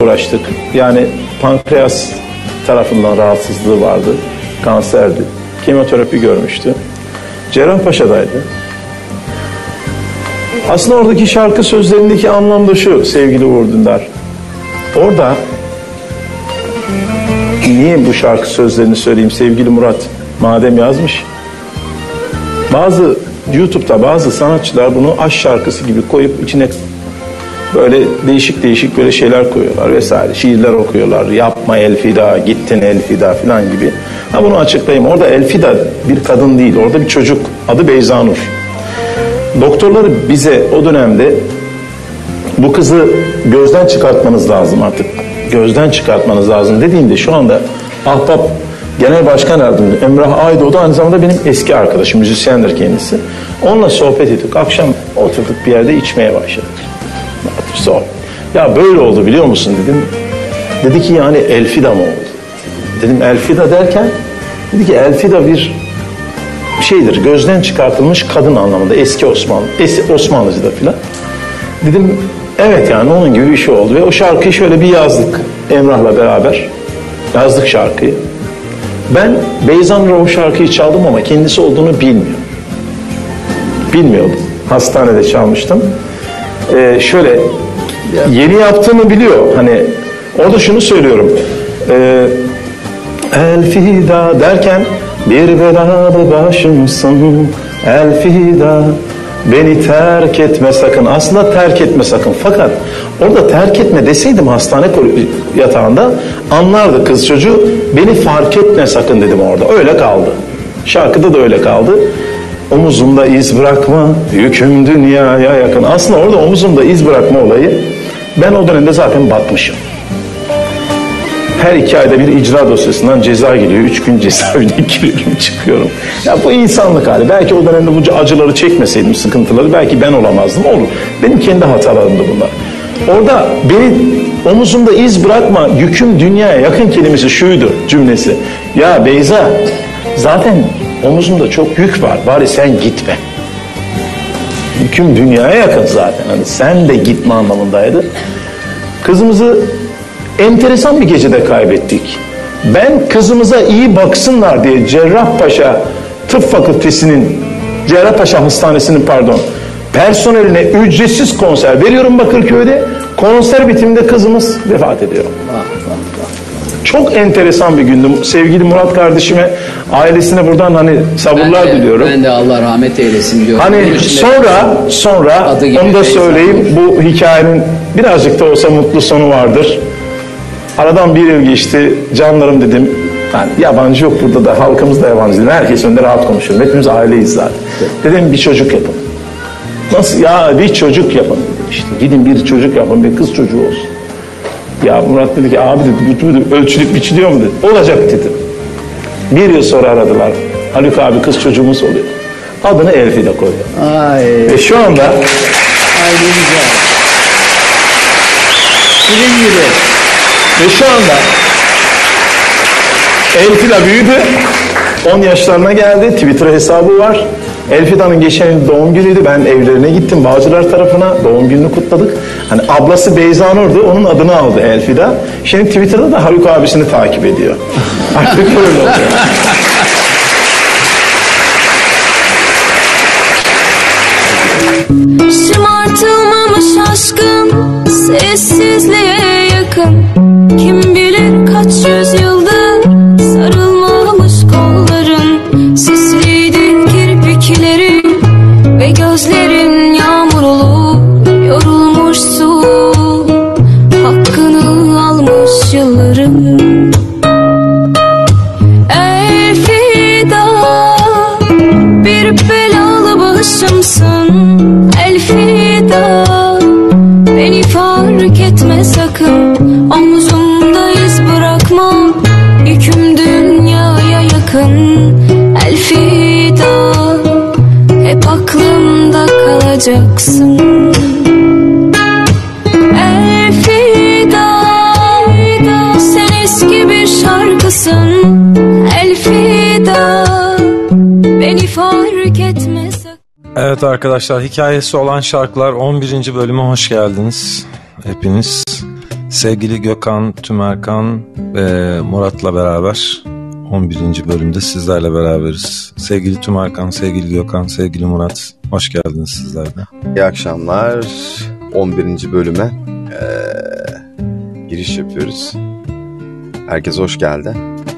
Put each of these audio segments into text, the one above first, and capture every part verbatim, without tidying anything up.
uğraştık. Yani pankreas tarafından rahatsızlığı vardı. Kanserdi. Kemoterapi görmüştü. Cerrahpaşa'daydı. Aslında oradaki şarkı sözlerindeki anlam da şu sevgili Uğur Dündar. Orada niye bu şarkı sözlerini söyleyeyim sevgili Murat madem yazmış. Bazı YouTube'da bazı sanatçılar bunu aşk şarkısı gibi koyup içine böyle değişik değişik böyle şeyler koyuyorlar vesaire. Şiirler okuyorlar. Yapma Elfida, gittin Elfida falan gibi. Ha bunu açıklayayım. Orada Elfida bir kadın değil. Orada bir çocuk. Adı Beyza Nur. Doktorları bize o dönemde bu kızı gözden çıkartmanız lazım artık. Gözden çıkartmanız lazım dediğinde şu anda Ahbap Genel Başkan Yardımcısı Emrah Aydoğdu da aynı zamanda benim eski arkadaşım, müzisyendir kendisi. Onunla sohbet ettik. Akşam oturduk bir yerde içmeye başladık. Sor. Ya böyle oldu biliyor musun dedim. Dedi ki yani Elfida mı oldu? Dedim Elfida derken dedi ki Elfida bir şeydir, gözden çıkartılmış kadın anlamında, eski Osmanlı, eski Osmanlıcı'da filan. Dedim evet yani onun gibi bir şey oldu ve o şarkıyı şöyle bir yazdık Emrah'la beraber. Yazdık şarkıyı. Ben Beyza Nur'a o şarkıyı çaldım ama kendisi olduğunu bilmiyor. Bilmiyordum. Hastanede çalmıştım. Ee, şöyle yeni yaptığımı biliyor. Hani orada şunu söylüyorum. Ee, Elfida derken bir belalı başımsın Elfida beni terk etme sakın. Aslında terk etme sakın. Fakat orada terk etme deseydim hastane yatağında anlardı kız çocuğu. Beni fark etme sakın dedim orada. Öyle kaldı. Şarkıda da öyle kaldı. Omuzumda iz bırakma, yüküm dünyaya yakın. Aslında orada omuzumda iz bırakma olayı, ben o dönemde zaten batmışım. Her iki ayda bir icra dosyasından ceza geliyor. Üç gün cezaevine giriyorum, çıkıyorum. Ya bu insanlık hali. Belki o dönemde bu acıları çekmeseydim, sıkıntıları, belki ben olamazdım. Olur. Benim kendi hatalarımdı bunlar. Orada beni omuzumda iz bırakma, yüküm dünyaya yakın kelimesi şuydu, cümlesi. Ya Beyza, zaten omuzumda çok yük var. Bari sen gitme. Yüküm dünyaya yakın zaten. Hani sen de gitme anlamındaydı. Kızımızı enteresan bir gecede kaybettik. Ben kızımıza iyi baksınlar diye Cerrahpaşa Tıp Fakültesi'nin, Cerrahpaşa Hastanesi'nin pardon, personeline ücretsiz konser veriyorum Bakırköy'de. Konser bitiminde kızımız vefat ediyor. Çok enteresan bir gündü. Sevgili Murat kardeşime, ailesine buradan hani sabırlar ben de, diliyorum. Ben de Allah rahmet eylesin diyorum. Hani sonra, sonra onu da söyleyeyim. Bu hikayenin birazcık da olsa mutlu sonu vardır. Aradan bir yıl geçti. Canlarım dedim. Yani yabancı yok burada da, halkımız da yabancı değil. Herkes önünde rahat konuşuyor. Hepimiz aileyiz zaten. Dedim bir çocuk yapın. Nasıl? Ya bir çocuk yapın dedim işte. Gidin bir çocuk yapın, bir kız çocuğu olsun. Ya Murat dedi ki abi dedi, bu ölçülüp biçiliyor mu dedi. Olacak dedi. Bir yıl sonra aradılar. Haluk abi kız çocuğumuz oluyor. Adını Elfida koydu. Ay. Ve şu anda Ay ne güzel. Film gibi. Ve şu anda Elfida büyüdü. on yaşlarına geldi. Twitter hesabı var. Elfida'nın geçen yıl doğum günüydü. Ben evlerine gittim. Bağcılar tarafına doğum gününü kutladık. Hani ablası Beyza Nur'du. Onun adını aldı Elfida. Şimdi Twitter'da da Haluk abisini takip ediyor. Artık böyle oluyor. Şımartılmamış aşkın sessizliğe yakın. Kim bilir kaç yüzyıldır sarılmamış kolların. Sisliydi kirpiklerin ve gözlerin yağmur olup yorulmuşsun. Hakkını almış yılların. Elfida bir belalı başımsın. Elfida beni fark etme sakın. Omuzumda iz bırakma, yüküm dünyaya yakın. Elfida hep aklımda kalacaksın. Elfida sen eski bir şarkısın. Elfida beni fark etme sakın. Evet arkadaşlar, hikayesi olan şarkılar on birinci bölüme hoş geldiniz hepiniz. Sevgili Gökhan, Tümerkan ve Murat'la beraber on birinci bölümde sizlerle beraberiz. Sevgili Tümerkan, sevgili Gökhan, sevgili Murat, hoş geldiniz sizler de. İyi akşamlar. on birinci bölüme ee, giriş yapıyoruz. Herkes hoş geldi.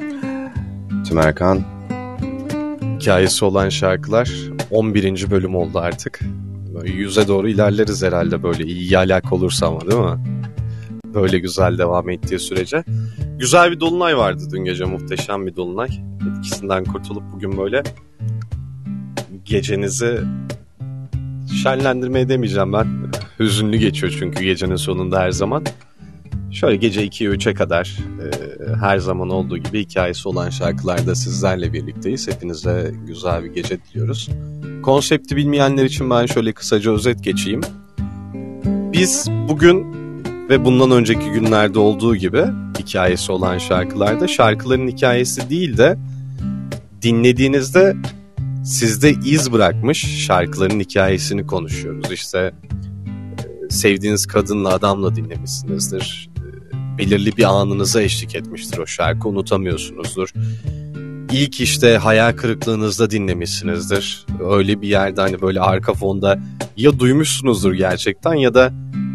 Tümerkan. Hikayesi olan şarkılar on birinci bölüm oldu artık. Böyle yüze doğru ilerleriz herhalde, böyle iyi alak olursa ama, değil mi? Böyle güzel devam ettiği sürece. Güzel bir dolunay vardı dün gece, muhteşem bir dolunay. Etkisinden kurtulup bugün böyle gecenizi şenlendirmeye demeyeceğim ben. Hüzünlü geçiyor çünkü gecenin sonunda her zaman. Şöyle gece ikiye üçe kadar e, her zaman olduğu gibi hikayesi olan şarkılarda sizlerle birlikteyiz. Hepinize güzel bir gece diliyoruz. Konsepti bilmeyenler için ben şöyle kısaca özet geçeyim. Biz bugün ve bundan önceki günlerde olduğu gibi hikayesi olan şarkılarda şarkıların hikayesi değil de dinlediğinizde sizde iz bırakmış şarkıların hikayesini konuşuyoruz. İşte sevdiğiniz kadınla, adamla dinlemişsinizdir. Belirli bir anınıza eşlik etmiştir o şarkı, unutamıyorsunuzdur. İlk işte hayal kırıklığınızda dinlemişsinizdir. Öyle bir yerde hani böyle arka fonda ya duymuşsunuzdur gerçekten ya da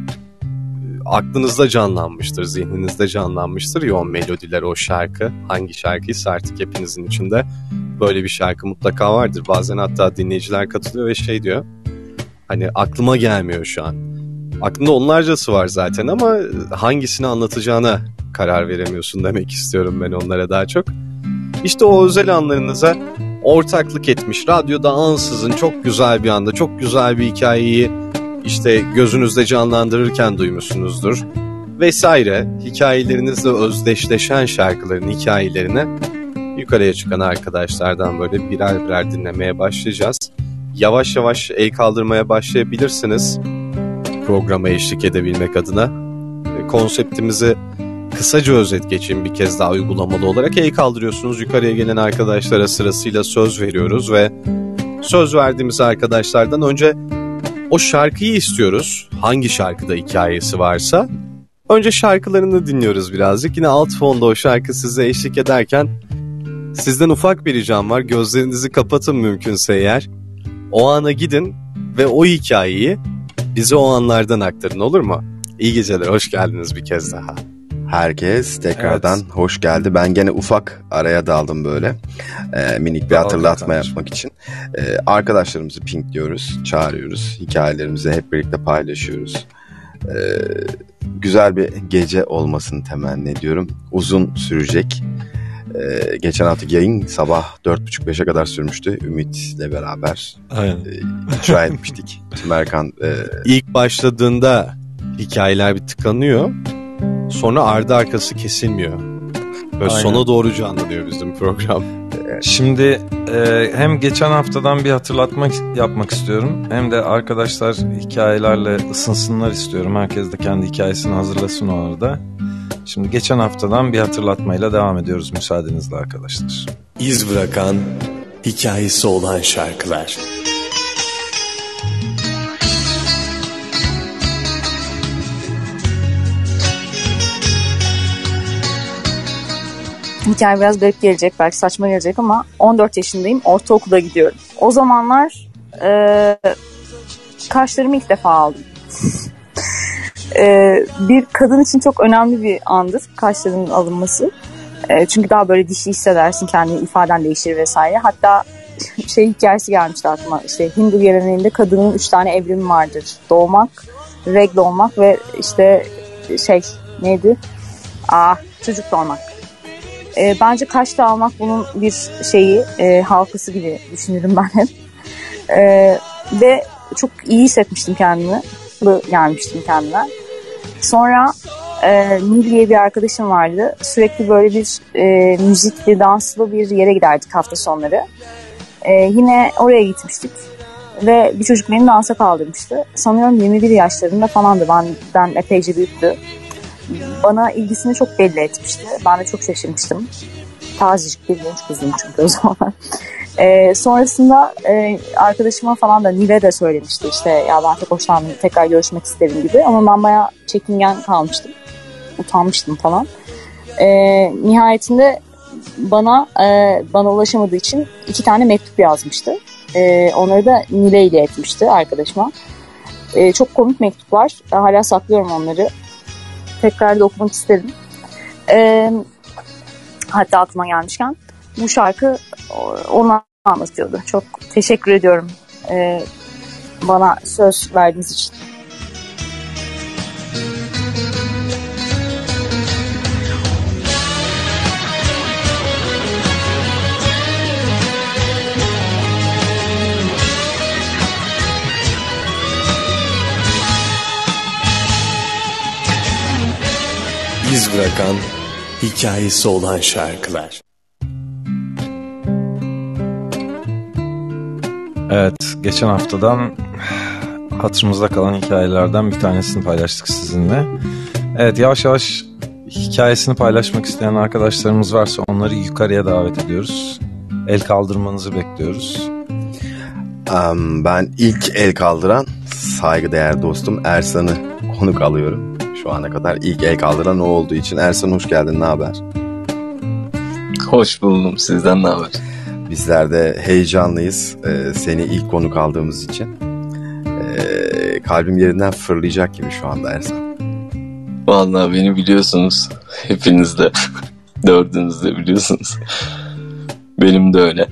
aklınızda canlanmıştır, zihninizde canlanmıştır ya o melodiler, o şarkı. Hangi şarkıysa artık hepinizin içinde böyle bir şarkı mutlaka vardır. Bazen hatta dinleyiciler katılıyor ve şey diyor, hani aklıma gelmiyor şu an. Aklında onlarcası var zaten ama hangisini anlatacağına karar veremiyorsun demek istiyorum ben onlara daha çok. İşte o özel anlarınıza ortaklık etmiş, radyoda ansızın çok güzel bir anda, çok güzel bir hikayeyi işte gözünüzde canlandırırken duymuşsunuzdur. Vesaire, hikayelerinizle özdeşleşen şarkıların hikayelerini yukarıya çıkan arkadaşlardan böyle birer birer dinlemeye başlayacağız. Yavaş yavaş el kaldırmaya başlayabilirsiniz programa eşlik edebilmek adına. Konseptimizi kısaca özet geçeyim bir kez daha uygulamalı olarak. El kaldırıyorsunuz, yukarıya gelen arkadaşlara sırasıyla söz veriyoruz ve söz verdiğimiz arkadaşlardan önce o şarkıyı istiyoruz. Hangi şarkıda hikayesi varsa önce şarkılarını dinliyoruz birazcık. Yine alt fonda o şarkı size eşlik ederken sizden ufak bir ricam var. Gözlerinizi kapatın mümkünse eğer. O ana gidin ve o hikayeyi bize o anlardan aktarın, olur mu? İyi geceler, hoş geldiniz bir kez daha. Herkes tekrardan evet. Hoş geldi. Ben gene ufak araya daldım böyle. Ee, minik bir Daldım hatırlatma kardeşim. yapmak için. Ee, arkadaşlarımızı pinkliyoruz, çağırıyoruz. Hikayelerimizi hep birlikte paylaşıyoruz. Ee, güzel bir gece olmasını temenni ediyorum. Uzun sürecek. Ee, geçen hafta yayın sabah dört buçuk beşe kadar sürmüştü. Ümit'le beraber Aynen. e, icra etmiştik. Tümerkan e, İlk başladığında hikayeler bir tıkanıyor. Sonra ardı arkası kesilmiyor. Böyle Aynen. sona doğru canlanıyor bizim program. Şimdi e, hem geçen haftadan bir hatırlatma yapmak istiyorum. Hem de arkadaşlar hikayelerle ısınsınlar istiyorum. Herkes de kendi hikayesini hazırlasın o arada. Şimdi geçen haftadan bir hatırlatmayla devam ediyoruz müsaadenizle arkadaşlar. İz bırakan, hikayesi olan şarkılar. Hikaye biraz garip gelecek, belki saçma gelecek ama on dört yaşındayım, ortaokula gidiyorum. O zamanlar e, kaşlarımı ilk defa aldım. e, bir kadın için çok önemli bir andır kaşlarının alınması. E, çünkü daha böyle dişi hissedersin, kendini ifaden değişir vesaire. Hatta şey hikayesi gelmişti aklıma, işte Hindu geleneğinde kadının üç tane evrimi vardır. Doğmak, regl olmak ve işte şey neydi? Ah, çocuk doğurmak. E, bence kaşla almak bunun bir şeyi, e, halkası gibi düşünürüm ben hep. E, ve çok iyi hissetmiştim kendimi. Gelmiştim kendime. Sonra e, Nil diye bir arkadaşım vardı. Sürekli böyle bir e, müzikli, danslı bir yere giderdik hafta sonları. E, yine oraya gitmiştik. Ve bir çocuk beni dansa kaldırmıştı. Sanıyorum yirmi bir yaşlarında falandı. Benden epeyce büyüktü. Bana ilgisini çok belli etmişti. Ben de çok şaşırmıştım. Tazecik bir genç kızım çünkü o zaman. Ee, sonrasında e, arkadaşıma falan da Nil'e de söylemişti. İşte ya ben çok hoşlandım, tekrar görüşmek isterim gibi. Ama ben bayağı çekingen kalmıştım. utanmıştım falan. E, nihayetinde bana e, bana ulaşamadığı için iki tane mektup yazmıştı. E, onları da Nile ile etmişti arkadaşıma. E, çok komik mektuplar. Hala saklıyorum onları. Tekrar da okumak isterim. E, hatta aklıma gelmişken bu şarkı onu anlatıyordu. Çok teşekkür ediyorum e, bana söz verdiğiniz için. İz bırakan, hikayesi olan şarkılar. Evet, geçen haftadan hatırımızda kalan hikayelerden bir tanesini paylaştık sizinle. Evet, yavaş yavaş hikayesini paylaşmak isteyen arkadaşlarımız varsa onları yukarıya davet ediyoruz. El kaldırmanızı bekliyoruz. Um, ben ilk el kaldıran saygıdeğer dostum Ersan'ı konuk alıyorum. Şu ana kadar ilk el kaldıran o olduğu için. Ersan hoş geldin, ne haber? Hoş buldum, sizden ne haber? Bizler de heyecanlıyız ee, seni ilk konuk aldığımız için. Ee, kalbim yerinden fırlayacak gibi şu anda Ersan. Vallahi beni biliyorsunuz, hepiniz de, dördünüz de biliyorsunuz. Benim de öyle.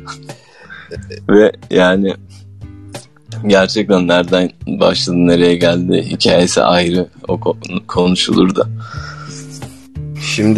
Ve yani gerçekten nereden başladı, nereye geldi hikayesi ayrı, o konuşulur da. Şimdi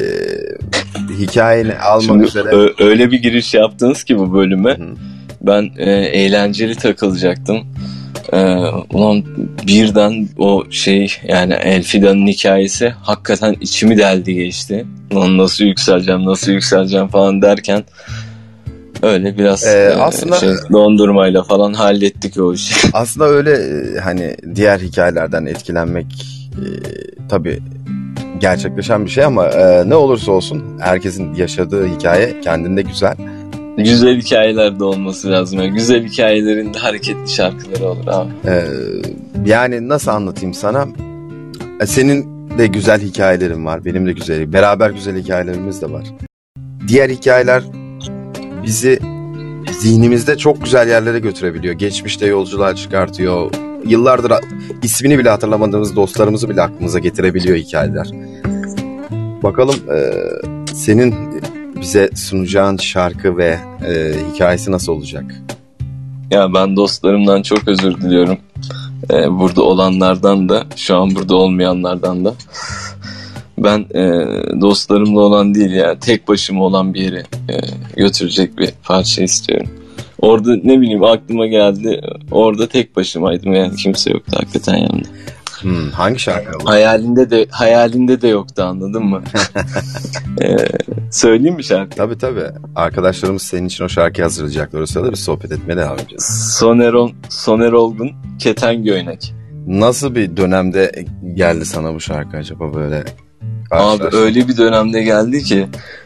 e, hikayeni almak Şimdi üzere. Ö- öyle bir giriş yaptınız ki bu bölüme. Hı. Ben e, eğlenceli takılacaktım. E, ulan birden o şey, yani Elfida'nın hikayesi hakikaten içimi deldi geçti. Ulan nasıl yükseleceğim, nasıl yükseleceğim falan derken öyle biraz ee, aslında şey, dondurmayla falan hallettik o işi. Aslında öyle hani diğer hikayelerden etkilenmek e, tabii gerçekleşen bir şey ama e, ne olursa olsun herkesin yaşadığı hikaye kendinde güzel. Güzel hikayeler de olması lazım. Yani güzel hikayelerin de hareketli şarkıları olur abi. Ee, yani nasıl anlatayım sana? Senin de güzel hikayelerin var. Benim de güzel. Beraber güzel hikayelerimiz de var. Diğer hikayeler bizi zihnimizde çok güzel yerlere götürebiliyor. Geçmişte yolculuğa çıkartıyor. Yıllardır ismini bile hatırlamadığımız dostlarımızı bile aklımıza getirebiliyor hikayeler. Bakalım e, senin bize sunacağın şarkı ve e, hikayesi nasıl olacak? Ya ben dostlarımdan çok özür diliyorum. Ee, burada olanlardan da, şu an burada olmayanlardan da. Ben e, dostlarımla olan değil, yani tek başıma olan bir yere e, götürecek bir parça istiyorum. Orada ne bileyim aklıma geldi. Orada tek başımaydım, yani kimse yoktu hakikaten yanımda. Hmm, hangi şarkı? Hayalinde de hayalinde de yoktu, anladın mı? ee, söyleyeyim mi şarkı? Tabii tabii. Arkadaşlarımız senin için o şarkıyı hazırlayacaklar. O sırada bir sohbet etmeye devam edeceğiz. Soner, Soner Olgun, Keten Göynek. Nasıl bir dönemde geldi sana bu şarkı acaba böyle? Abi öyle bir dönemde geldi ki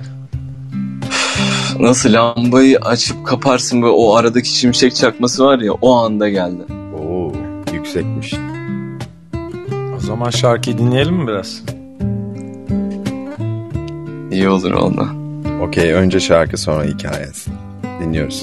nasıl lambayı açıp kaparsın ve o aradaki şimşek çakması var ya, o anda geldi. Oo, yüksekmiş. O zaman şarkıyı dinleyelim mi biraz? İyi olur valla. Okey, önce şarkı sonra hikayesi. Dinliyoruz.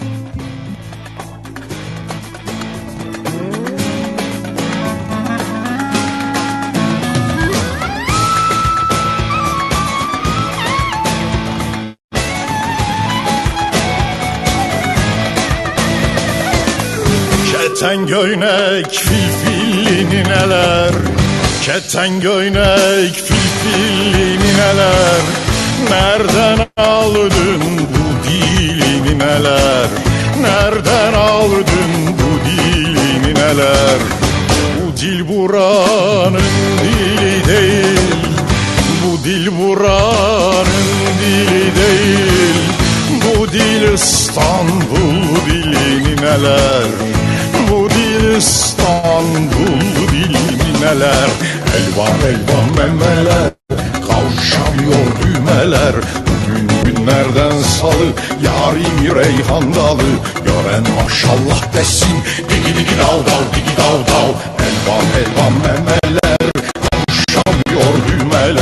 Keten göynek filfilli nineler, keten göynek filfilli nineler, nereden aldın bu dili nineler, nereden aldın bu dili nineler? Bu dil buranın dili değil, bu dil buranın dili değil, bu dil İstanbul dili nineler. Bu dil İstanbul dili nineler. Elvan elvan memeler, kavuşamıyor düğmeler. Bugün günlerden salı, yarim reyhan dalı. Gören maşallah desin, digi digi dav dav, digi dav dav. Elvan elvan memeler, kavuşamıyor düğmeler.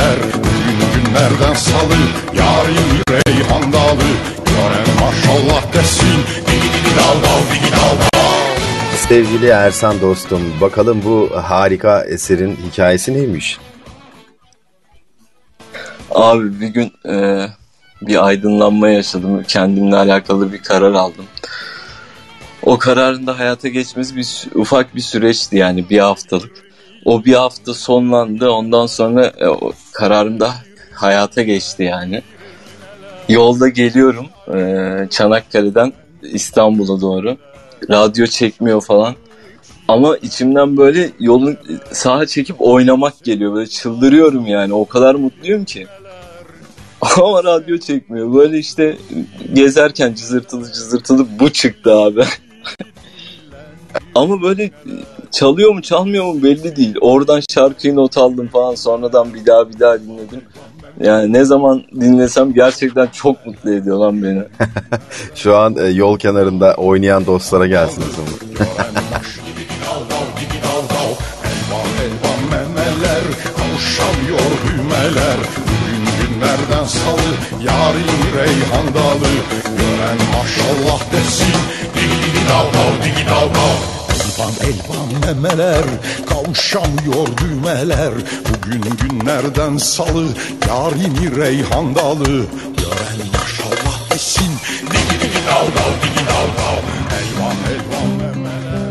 günlerden salı, yarim reyhan dalı. Gören maşallah desin, digi digi dal dal digi dal dal. Sevgili Ersan dostum, bakalım bu harika eserin hikayesi neymiş? Abi bir gün e, bir aydınlanma yaşadım. Kendimle alakalı bir karar aldım. O kararın da hayata geçmesi bir, ufak bir süreçti, yani bir haftalık. O bir hafta sonlandı. Ondan sonra e, o kararım da hayata geçti yani. Yolda geliyorum e, Çanakkale'den İstanbul'a doğru. Radyo çekmiyor falan. Ama içimden böyle yolun sağa çekip oynamak geliyor. Böyle çıldırıyorum yani. O kadar mutluyum ki. Ama radyo çekmiyor. Böyle işte gezerken cızırtılı cızırtılı bu çıktı abi. Ama böyle çalıyor mu çalmıyor mu belli değil. Oradan şarkıyı not aldım falan. Sonradan bir daha bir daha dinledim. Yani ne zaman dinlesem gerçekten çok mutlu ediyor lan beni. Şu an e, yol kenarında oynayan dostlara gelsin o zaman. Memeler, kavuşamıyor düğmeler. Bugün günlerden salı, yarim reyhan dalı. Gören maşallah desin, digi digi dal dal digi dal dal. Elvan elvan memeler, kavuşamıyor düğmeler. Bugün günlerden salı, yarim reyhan dalı. Gören maşallah desin, digi digi dal dal digi dal dal. Elvan elvan memeler.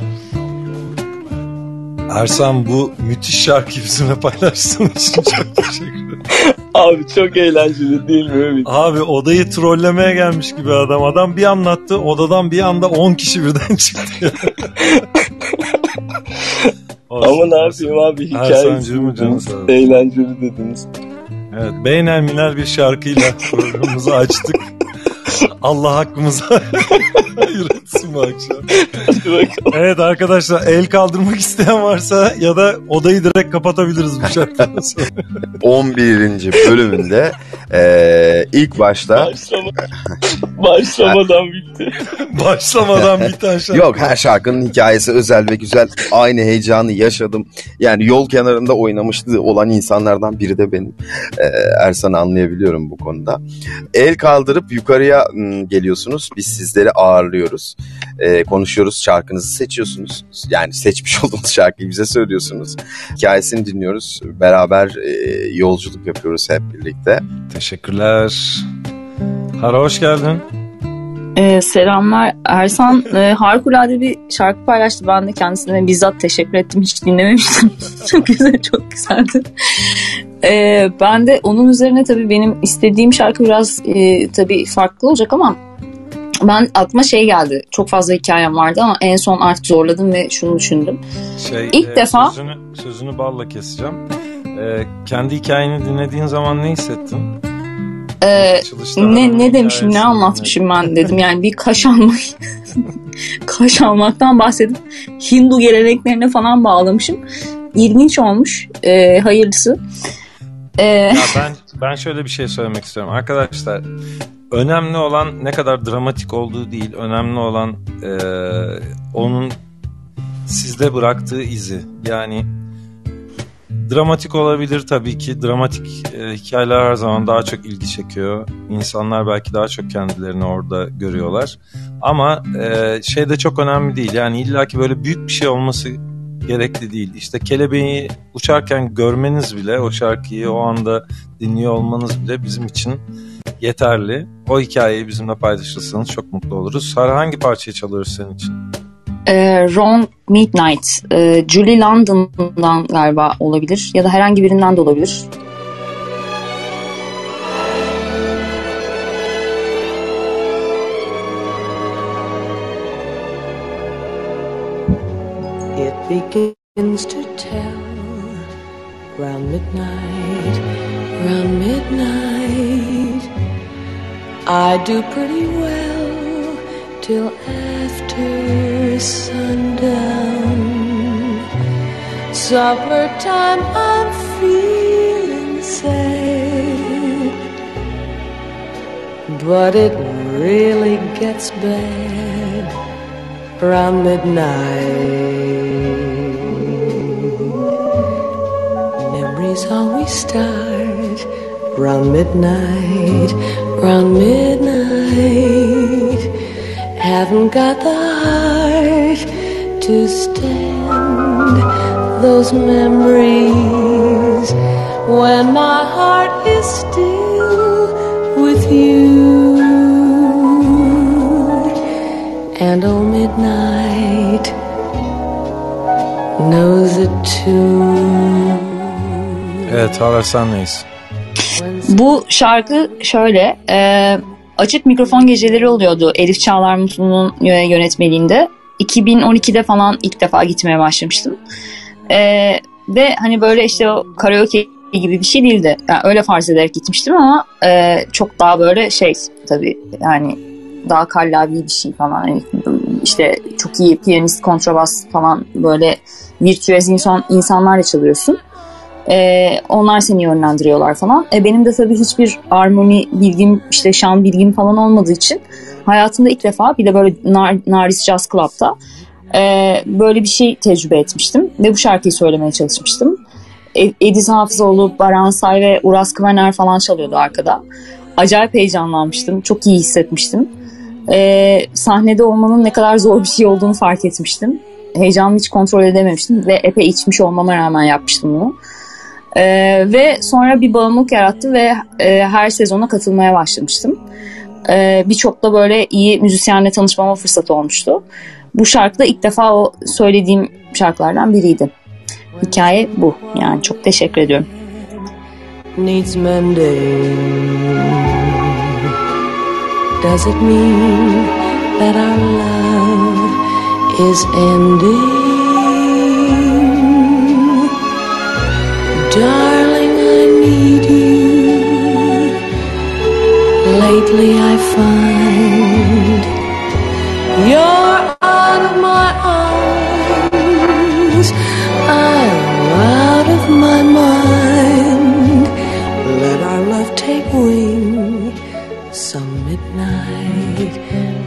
Ersan, bu müthiş şarkıyı bizimle paylaştığın için çok teşekkür ederim. Abi çok eğlenceli değil mi Ümit? Abi odayı trollemeye gelmiş gibi adam. Adam bir anlattı, odadan bir anda on kişi birden çıktı. Ama ne yapayım abi, hikayesi eğlenceli dediniz. Evet, beynelminel bir şarkıyla programımızı açtık. Allah hakkımıza hayır etsin bu akşam. Evet arkadaşlar, el kaldırmak isteyen varsa ya da odayı direkt kapatabiliriz bu şarkıdan sonra. on birinci bölümünde e, ilk başta Başlama, başlamadan bitti. Başlamadan biten şarkı. Yok, her şarkının hikayesi özel ve güzel. Aynı heyecanı yaşadım. Yani yol kenarında oynamıştı olan insanlardan biri de benim. Ee, Ersan'ı anlayabiliyorum bu konuda. El kaldırıp yukarıya m, geliyorsunuz. Biz sizleri ağırlıyoruz. Ee, konuşuyoruz, şarkınızı seçiyorsunuz. Yani seçmiş olduğunuz şarkıyı bize söylüyorsunuz. Hikayesini dinliyoruz. Beraber e, yolculuk yapıyoruz hep birlikte. Teşekkürler. Hara, hoş geldin. Ee, selamlar. Ersan e, harikulade bir şarkı paylaştı. Ben de kendisine bizzat teşekkür ettim. Hiç dinlememiştim. Çok güzel, çok güzeldi. Ee, ben de onun üzerine tabii benim istediğim şarkı biraz e, tabii farklı olacak ama ben aklıma şey geldi. Çok fazla hikayem vardı ama en son artık zorladım ve şunu düşündüm. Şey, İlk e, defa sözünü, sözünü balla keseceğim. E, kendi hikayeni dinlediğin zaman ne hissettin? Ee, ne ne demişim, ne anlatmışım ben dedim. Yani bir kaş almak kaş almaktan bahsedip Hindu geleneklerine falan bağlamışım. İlginç olmuş. Ee, hayırlısı. Ee... Ya ben ben şöyle bir şey söylemek istiyorum arkadaşlar. Önemli olan ne kadar dramatik olduğu değil. Önemli olan e, onun sizde bıraktığı izi. Yani dramatik olabilir tabii ki. Dramatik e, hikayeler her zaman daha çok ilgi çekiyor. İnsanlar belki daha çok kendilerini orada görüyorlar. Ama e, şey de çok önemli değil. Yani illaki böyle büyük bir şey olması gerekli değil. İşte kelebeği uçarken görmeniz bile, o şarkıyı o anda dinliyor olmanız bile bizim için yeterli. O hikayeyi bizimle paylaşırsanız çok mutlu oluruz. Sara, hangi parçayı çalıyoruz senin için? Ee, Wrong Midnight. Ee, Julie London'dan galiba olabilir. Ya da herhangi birinden de olabilir. It begins to tell round midnight, round midnight. I do pretty well till after sundown. Supper time, I'm feeling sad, but it really gets bad round midnight. Memories always start round midnight, round midnight. Haven't got the heart to stand those memories when my heart is still with you. And oh, midnight knows it too. Evet, Haber senleyiz. Bu şarkı şöyle, e, açık mikrofon geceleri oluyordu Elif Çağlar Mutlu'nun yönetmeliğinde. iki bin on ikide falan ilk defa gitmeye başlamıştım. E, ve hani böyle işte o karaoke gibi bir şey değildi. Yani öyle farz ederek gitmiştim ama e, çok daha böyle şey tabii yani daha kallavi bir şey falan. Yani işte çok iyi piyanist, kontrabas falan böyle virtüöz insan, insanlarla çalıyorsun. Ee, onlar seni yönlendiriyorlar falan. E, benim de tabii hiçbir armoni bilgim, işte şan bilgim falan olmadığı için hayatımda ilk defa bir de böyle Nar- Naris Jazz Club'da e, böyle bir şey tecrübe etmiştim ve bu şarkıyı söylemeye çalışmıştım. E, Ediz Hafızoğlu, Baran Say ve Uras Kıvaner falan çalıyordu arkada. Acayip heyecanlanmıştım. Çok iyi hissetmiştim. E, sahnede olmanın ne kadar zor bir şey olduğunu fark etmiştim. Heyecanımı hiç kontrol edememiştim ve epey içmiş olmama rağmen yapmıştım bunu. Ee, ve sonra bir bağımlılık yarattı ve e, her sezona katılmaya başlamıştım. Ee, Birçok da böyle iyi müzisyenle tanışmama fırsatı olmuştu. Bu şarkı da ilk defa o söylediğim şarkılardan biriydi. Hikaye bu. Yani çok teşekkür ediyorum. Needs mending. Does it mean that our love is ending? Darling, I need you. Lately I find you're out of my arms. I'm out of my mind. Let our love take wing some midnight.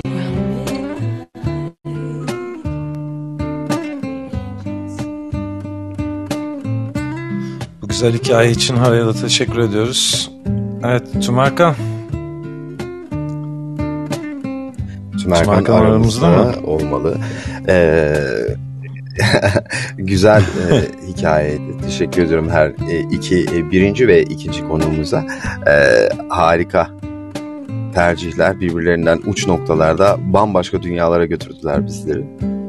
Güzel hikaye için Haray'a da teşekkür ediyoruz. Evet, Tümerkan. Tümerkan, Tümerkan aramızda mı? Olmalı. Ee, güzel e, hikayeydi. Teşekkür ediyorum her e, iki e, birinci ve ikinci konuğumuza. E, harika tercihler, birbirlerinden uç noktalarda bambaşka dünyalara götürdüler bizleri.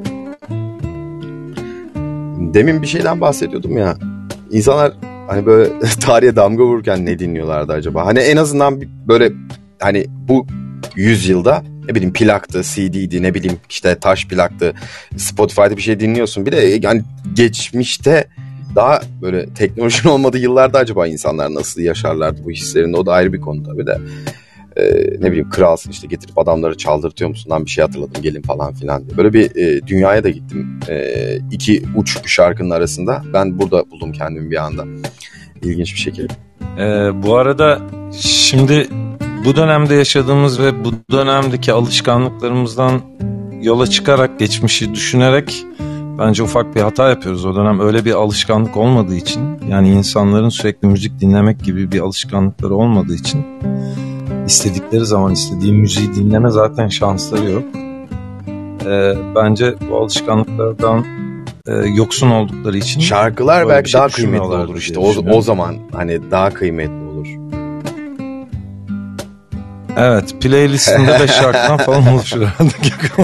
Demin bir şeyden bahsediyordum ya. İnsanlar hani böyle tarihe damga vururken ne dinliyorlardı acaba? Hani en azından böyle hani bu yüzyılda ne bileyim plaktı, C D'ydi, ne bileyim işte taş plaktı, Spotify'da bir şey dinliyorsun. Bir de yani geçmişte daha böyle teknolojinin olmadığı yıllarda acaba insanlar nasıl yaşarlardı bu hislerinde? O da ayrı bir konu tabii de. Ee, ne bileyim kralsın işte getirip adamları çaldırtıyor musun lan bir şey hatırladım gelin falan filan diye. Böyle bir e, dünyaya da gittim. E, iki uç şarkının arasında. Ben burada buldum kendimi bir anda. İlginç bir şekilde. Ee, bu arada şimdi bu dönemde yaşadığımız ve bu dönemdeki alışkanlıklarımızdan yola çıkarak geçmişi düşünerek bence ufak bir hata yapıyoruz. O dönem öyle bir alışkanlık olmadığı için, yani insanların sürekli müzik dinlemek gibi bir alışkanlıkları olmadığı için istedikleri zaman istediği müziği dinleme zaten şansları yok. Ee, bence bu alışkanlıklardan e, yoksun oldukları için şarkılar belki şey daha kıymetli olur işte. O, o zaman hani daha kıymetli olur. Evet, playlistinde beş şarkıdan falan oluşur herhalde.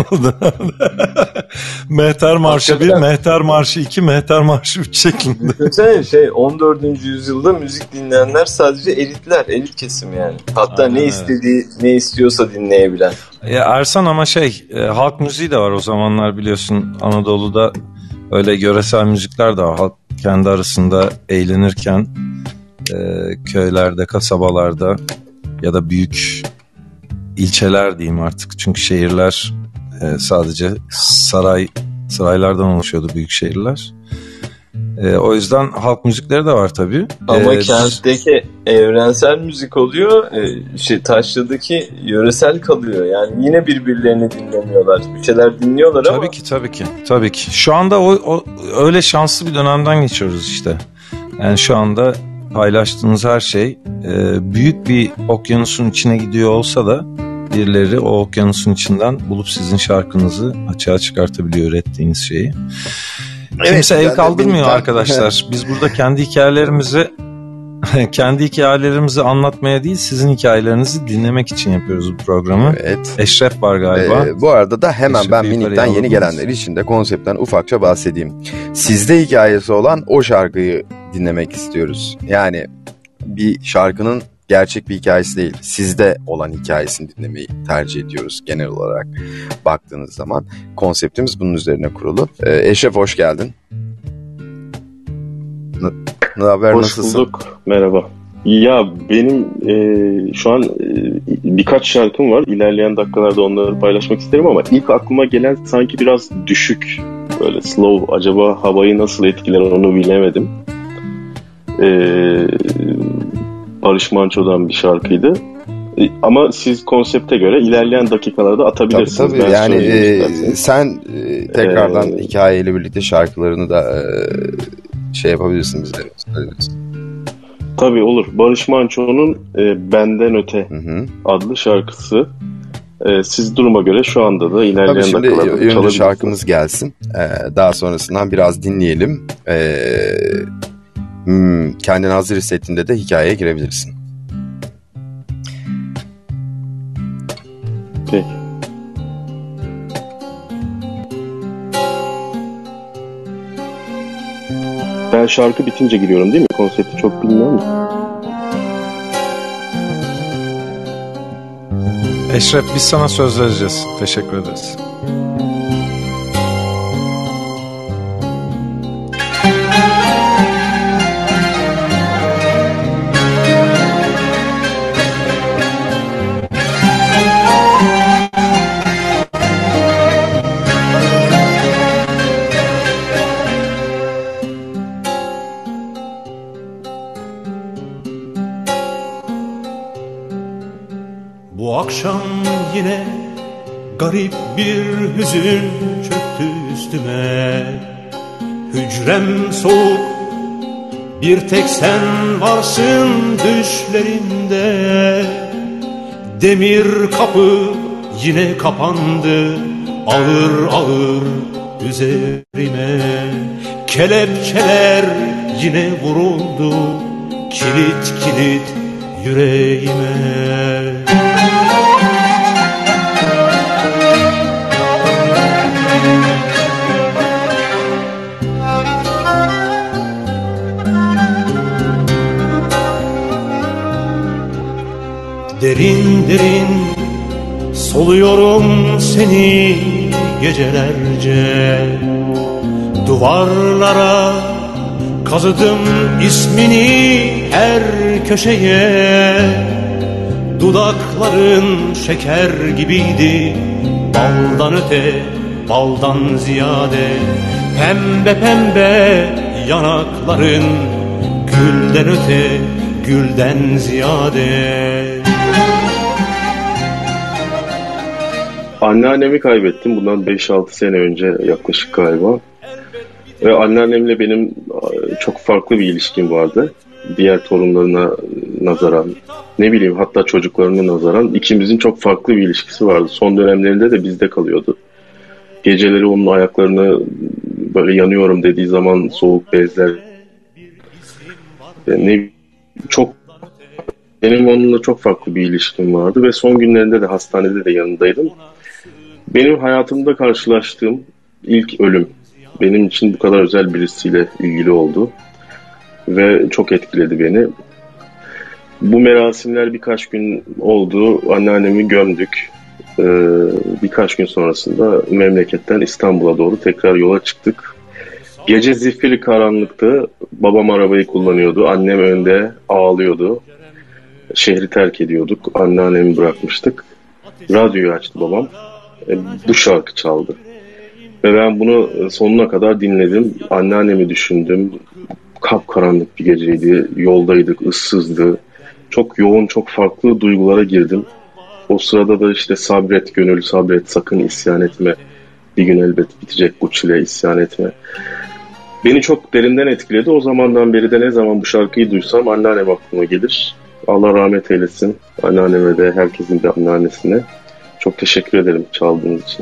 Mehter Marşı bir, Mehter Marşı iki, Mehter Marşı üç şeklinde. Düşünsene şey on dördüncü yüzyılda müzik dinleyenler sadece elitler, elit kesim yani. Hatta aynen, ne istediği, evet, ne istiyorsa dinleyebilen. Ya Ersan ama şey, e, halk müziği de var o zamanlar biliyorsun. Anadolu'da öyle yöresel müzikler de var. Halk kendi arasında eğlenirken e, köylerde, kasabalarda ya da büyük ilçeler diyeyim artık. Çünkü şehirler e, sadece saray saraylardan oluşuyordu, büyük şehirler. E, o yüzden halk müzikleri de var tabii. Ama e, kentteki evrensel müzik oluyor. E, şey Taşlı'daki yöresel kalıyor. Yani yine birbirlerini dinlemiyorlar. Bir şeyler dinliyorlar tabii ama. Tabii ki tabii ki. Tabii ki. Şu anda o, o öyle şanslı bir dönemden geçiyoruz işte. Yani şu anda paylaştığınız her şey e, büyük bir okyanusun içine gidiyor olsa da birileri o okyanusun içinden bulup sizin şarkınızı açığa çıkartabiliyor, ürettiğiniz şeyi. Evet, kimse el yani kaldırmıyor benim- arkadaşlar. Biz burada kendi hikayelerimizi kendi hikayelerimizi anlatmaya değil, sizin hikayelerinizi dinlemek için yapıyoruz bu programı. Evet. Eşref var galiba. Ee, bu arada da hemen Eşref ben yukarıya Minik'ten yeni alabiliriz. gelenler için de konseptten ufakça bahsedeyim. Sizde hikayesi olan o şarkıyı dinlemek istiyoruz. Yani bir şarkının gerçek bir hikayesi değil, sizde olan hikayesini dinlemeyi tercih ediyoruz genel olarak baktığınız zaman. Konseptimiz bunun üzerine kurulu. Ee, Eşref hoş geldin. N- Ne haber, Hoş nasılsın? bulduk. Merhaba. Ya benim e, şu an e, birkaç şarkım var. İlerleyen dakikalarda onları paylaşmak isterim ama ilk aklıma gelen sanki biraz düşük. Böyle slow. Acaba havayı nasıl etkiler onu bilemedim. E, Barış Manço'dan bir şarkıydı. E, ama siz konsepte göre ilerleyen dakikalarda Tabii atabilirsiniz. tabii Ben yani söyleyeyim e, isterseniz. sen e, tekrardan Ee, hikayeyle birlikte şarkılarını da e, şey yapabilirsin bize. Söyleyebilirsin. Tabii olur. Barış Manço'nun e, Benden Öte adlı şarkısı. E, siz duruma göre şu anda da ilerleyen Tabii şimdi dakikalarda önce çalabilirsiniz. şarkımız gelsin. Ee, daha sonrasından biraz dinleyelim. Ee, hmm, kendini hazır hissettiğinde de hikayeye girebilirsin. Peki. Ben şarkı bitince giriyorum değil mi? Konsepti çok bilmiyorum. Eşref, biz sana söz vereceğiz. Teşekkür ederiz. Bu akşam yine garip bir hüzün çöktü üstüme. Hücrem soğuk, bir tek sen varsın düşlerimde. Demir kapı yine kapandı ağır ağır üzerime. Kelepçeler yine vuruldu kilit kilit yüreğime. Derin derin soluyorum seni gecelerce. Duvarlara kazıdım ismini her köşeye. Dudakların şeker gibiydi, baldan öte, baldan ziyade. Pembe pembe yanakların, gülden öte, gülden ziyade. Anneannemi kaybettim bundan beş altı sene önce yaklaşık galiba. Ve anneannemle benim çok farklı bir ilişkim vardı. Diğer torunlarına nazaran, ne bileyim hatta çocuklarına nazaran ikimizin çok farklı bir ilişkisi vardı. Son dönemlerinde de bizde kalıyordu. Geceleri onun ayaklarını böyle yanıyorum dediği zaman soğuk bezler. Ne çok benim onunla çok farklı bir ilişkim vardı ve son günlerinde de hastanede de yanındaydım. Benim hayatımda karşılaştığım ilk ölüm benim için bu kadar özel birisiyle ilgili oldu ve çok etkiledi beni. Bu merasimler birkaç gün oldu. Anneannemi gömdük. Ee, birkaç gün sonrasında memleketten İstanbul'a doğru tekrar yola çıktık. Gece zifiri karanlıktı. Babam arabayı kullanıyordu. Annem önde ağlıyordu. Şehri terk ediyorduk. Anneannemi bırakmıştık. Radyoyu açtı babam. E, bu şarkı çaldı. Ve ben bunu sonuna kadar dinledim. Anneannemi düşündüm. Kapkaranlık bir geceydi. Yoldaydık, ıssızdı. Çok yoğun, çok farklı duygulara girdim. O sırada da işte sabret gönül, sabret, sakın isyan etme. Bir gün elbet bitecek bu çile, isyan etme. beni çok derinden etkiledi. O zamandan beri de ne zaman bu şarkıyı duysam anneannem aklıma gelir. Allah rahmet eylesin anneanneme de, herkesin de anneannesine. Çok teşekkür ederim çaldığınız için.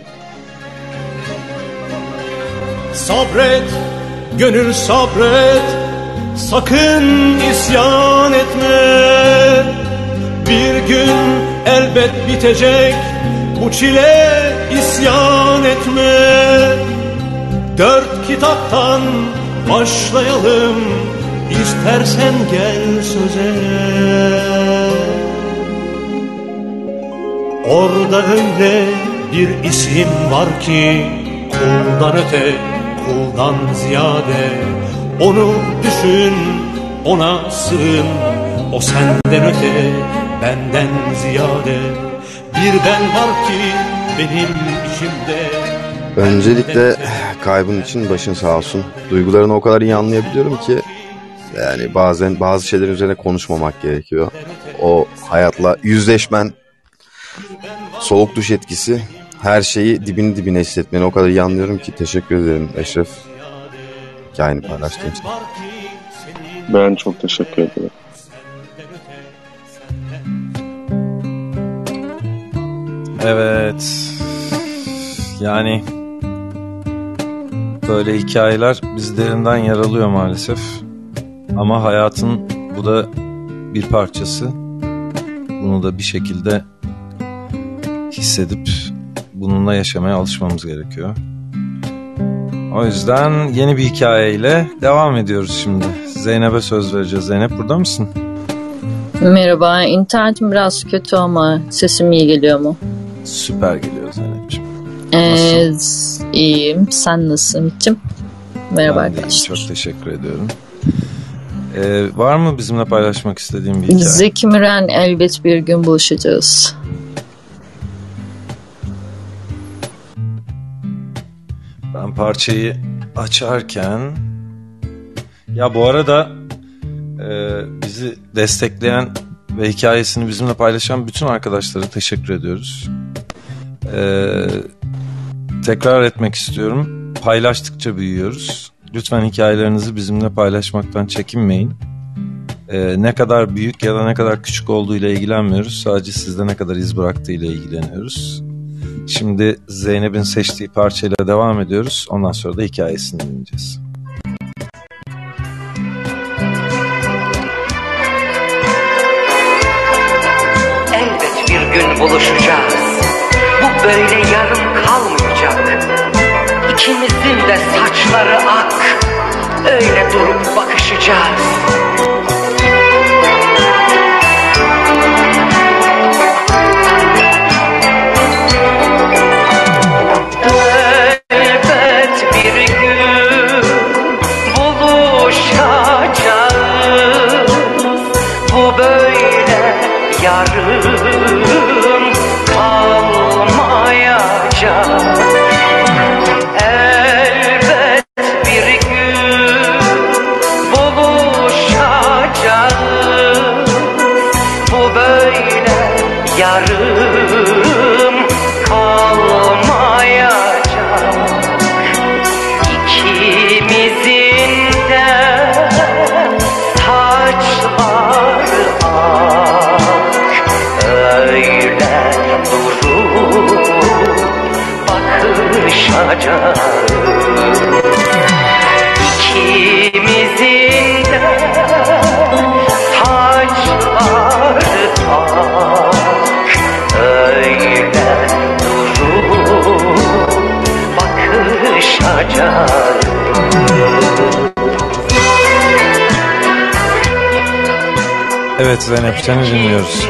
Sabret, gönül sabret, sakın isyan etme. Bir gün elbet bitecek bu çile, isyan etme. Dört kitaptan başlayalım, istersen gel söze. Orada öyle bir isim var ki, kuldan öte, kuldan ziyade. Onu düşün, ona sığın, o senden öte, benden ziyade. Bir ben var ki benim içimde. Öncelikle kaybın için başın sağ olsun. Duygularını o kadar iyi anlayabiliyorum ki yani bazen bazı şeylerin üzerine konuşmamak gerekiyor. O hayatla yüzleşmen, soğuk duş etkisi, her şeyi dibini dibine hissetmeni o kadar iyi anlıyorum ki. Teşekkür ederim Eşref, hikayeni paylaştığın için. Ben çok teşekkür ederim. Evet. Yani böyle hikayeler bizi derinden yaralıyor maalesef. Ama hayatın bu da bir parçası. Bunu da bir şekilde hissedip bununla yaşamaya alışmamız gerekiyor. O yüzden yeni bir hikayeyle devam ediyoruz şimdi. Zeynep'e söz vereceğiz. Zeynep, burada mısın? Merhaba, internetim biraz kötü ama sesim iyi geliyor mu? Süper geliyor Zeynep'ciğim. Ee, iyiyim. Sen nasılsın Ümit'ciğim? Merhaba ben arkadaşlar. Çok teşekkür ediyorum. Ee, var mı bizimle paylaşmak istediğin bir hikaye? Zeki Müren, elbet bir gün buluşacağız. Ben parçayı açarken... Ya bu arada e, bizi destekleyen ve hikayesini bizimle paylaşan bütün arkadaşlara teşekkür ediyoruz. Ee, tekrar etmek istiyorum. Paylaştıkça büyüyoruz. Lütfen hikayelerinizi bizimle paylaşmaktan çekinmeyin. Ee, ne kadar büyük ya da ne kadar küçük olduğuyla ilgilenmiyoruz. Sadece sizde ne kadar iz bıraktığıyla ilgileniyoruz. Şimdi Zeynep'in seçtiği parçayla devam ediyoruz. Ondan sonra da hikayesini dinleyeceğiz. Elbet bir gün buluşacağız. Bu böyle yarım kalmayacak. İkimizin de saçları ak. Öyle durup bakışacağız. Elbet bir gün buluşacağız. Bu böyle yarım kalmayacak. Elbet bir gün buluşacağız. Bu böyle yarım kalmayacak. İkimizin de saçları ak. Öyle durup bakışacağız. İkimizin de saçları ak. Öyle durup bakışacağız. Evet Zeynep, seni dinliyoruz.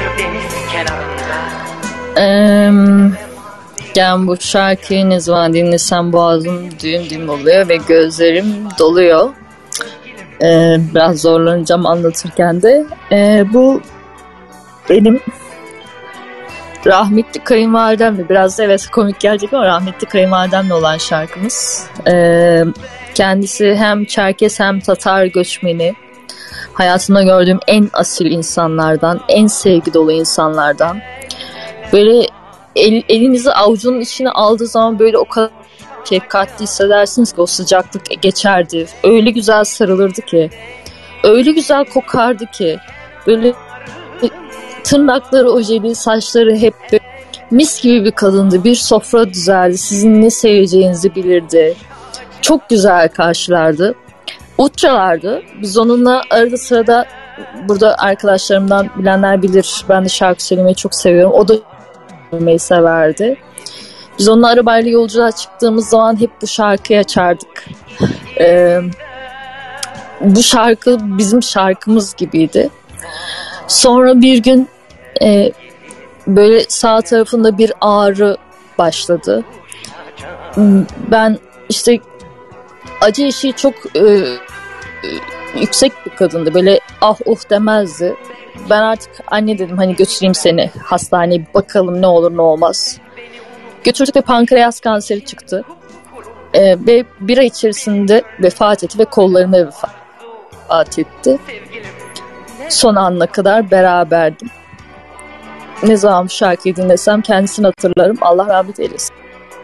Ee, yani bu şarkıyı ne zaman dinlesem boğazım düğüm düğüm oluyor ve gözlerim doluyor. Ee, biraz zorlanacağım anlatırken de. Ee, bu benim rahmetli kayınvalidemle, biraz da evet komik gelecek ama rahmetli kayınvalidemle olan şarkımız. Ee, kendisi hem Çerkes hem Tatar göçmeni. Hayatımda gördüğüm en asil insanlardan, en sevgi dolu insanlardan. Böyle el, elinizi avucunun içine aldığı zaman böyle o kadar şefkatli hissedersiniz ki o sıcaklık geçerdi. Öyle güzel sarılırdı ki, öyle güzel kokardı ki, böyle tırnakları ojeli, saçları hep mis gibi bir kadındı. Bir sofra düzerdi, sizin ne seveceğinizi bilirdi. Çok güzel karşılardı. Ut çalardı. Biz onunla arada sırada, burada arkadaşlarımdan bilenler bilir, ben de şarkı söylemeyi çok seviyorum. O da söylemeyi severdi. Biz onunla arabayla yolculuğa çıktığımız zaman hep bu şarkıyı açardık. Ee, bu şarkı bizim şarkımız gibiydi. Sonra bir gün e, böyle sağ tarafında bir ağrı başladı. Ben işte acı eşiği çok e, yüksek bir kadındı. Böyle ah uh demezdi. Ben artık anne dedim, hani götüreyim seni hastaneye, bakalım ne olur ne olmaz. Götürdük ve pankreas kanseri çıktı. Ee, ve bir ay içerisinde vefat etti ve kollarıma vefat etti. Son anına kadar beraberdim. Ne zaman bu şarkıyı dinlesem kendisini hatırlarım. Allah rahmet eylesin.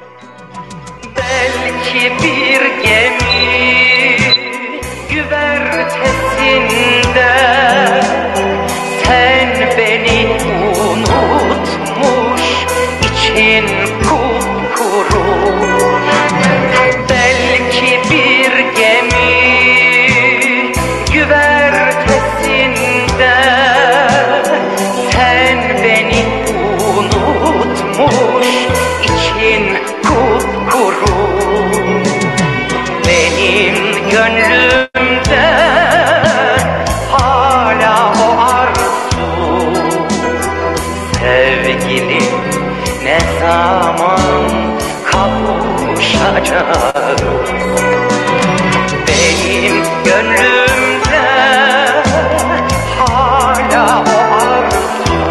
Belki bir gemi güvertesinde sen beni unutmuş, için kupkuru. Belki bir gemi güvertesinde sen beni unutmuş, için kupkuru. Benim gönlümde hala o arzu, sevgilim ne zaman kavuşacağız? Benim gönlümde hala o arzu,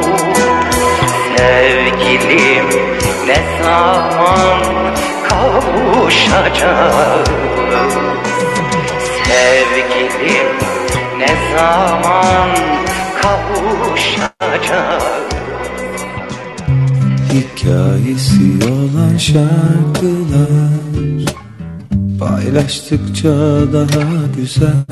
sevgilim ne zaman kavuşacağız? Sevgilim ne zaman kavuşacağız? Hikayesi olan şarkılar paylaştıkça daha güzel.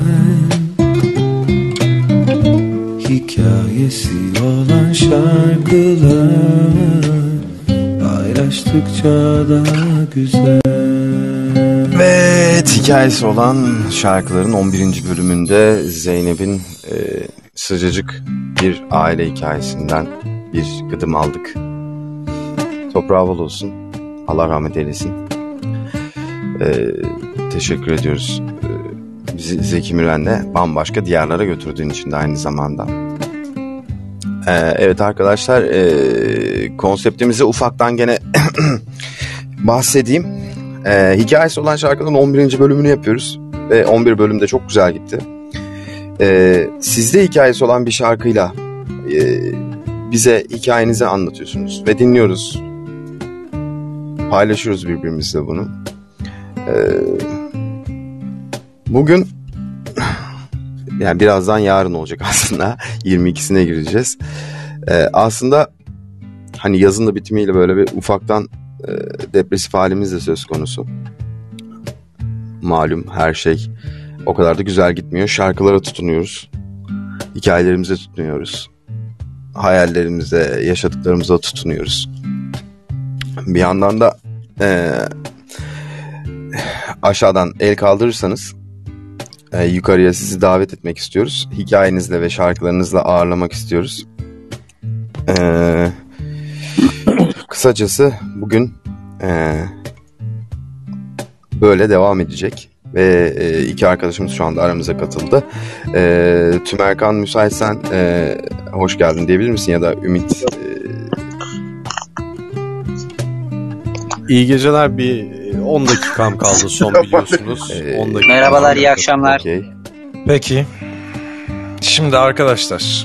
Hikayesi olan şarkılar paylaştıkça daha güzel. Evet, hikayesi olan şarkıların on birinci bölümünde Zeynep'in e, sıcacık bir aile hikayesinden bir gıdım aldık. Toprağı bol olsun. Allah rahmet eylesin. Ee, teşekkür ediyoruz. Ee, bizi Zeki Müren'le bambaşka diyarlara götürdüğün için de aynı zamanda. Ee, evet arkadaşlar, e, konseptimizi ufaktan gene bahsedeyim. Ee, hikayesi olan şarkının on birinci bölümünü yapıyoruz. Ve on bir bölümde çok güzel gitti. Ee, sizde hikayesi olan bir şarkıyla e, bize hikayenizi anlatıyorsunuz ve dinliyoruz. Paylaşıyoruz birbirimizle bunu. Ee, bugün yani birazdan yarın olacak aslında. yirmi ikisine gireceğiz. Ee, aslında hani yazın da bitimiyle böyle bir ufaktan e, depresif halimiz de söz konusu. Malum her şey o kadar da güzel gitmiyor. Şarkılara tutunuyoruz. Hikayelerimize tutunuyoruz. Hayallerimize, yaşadıklarımıza tutunuyoruz. Bir yandan da e, aşağıdan el kaldırırsanız e, yukarıya sizi davet etmek istiyoruz. Hikayenizle ve şarkılarınızla ağırlamak istiyoruz. E, kısacası bugün e, böyle devam edecek. Ve e, iki arkadaşımız şu anda aramıza katıldı. E, Tümerkan, müsaitsen e, hoş geldin diyebilir misin? Ya da Ümit... E, İyi geceler, bir on dakikam kaldı son biliyorsunuz. on dakika. Merhabalar, iyi akşamlar. Okay. Peki. Şimdi arkadaşlar,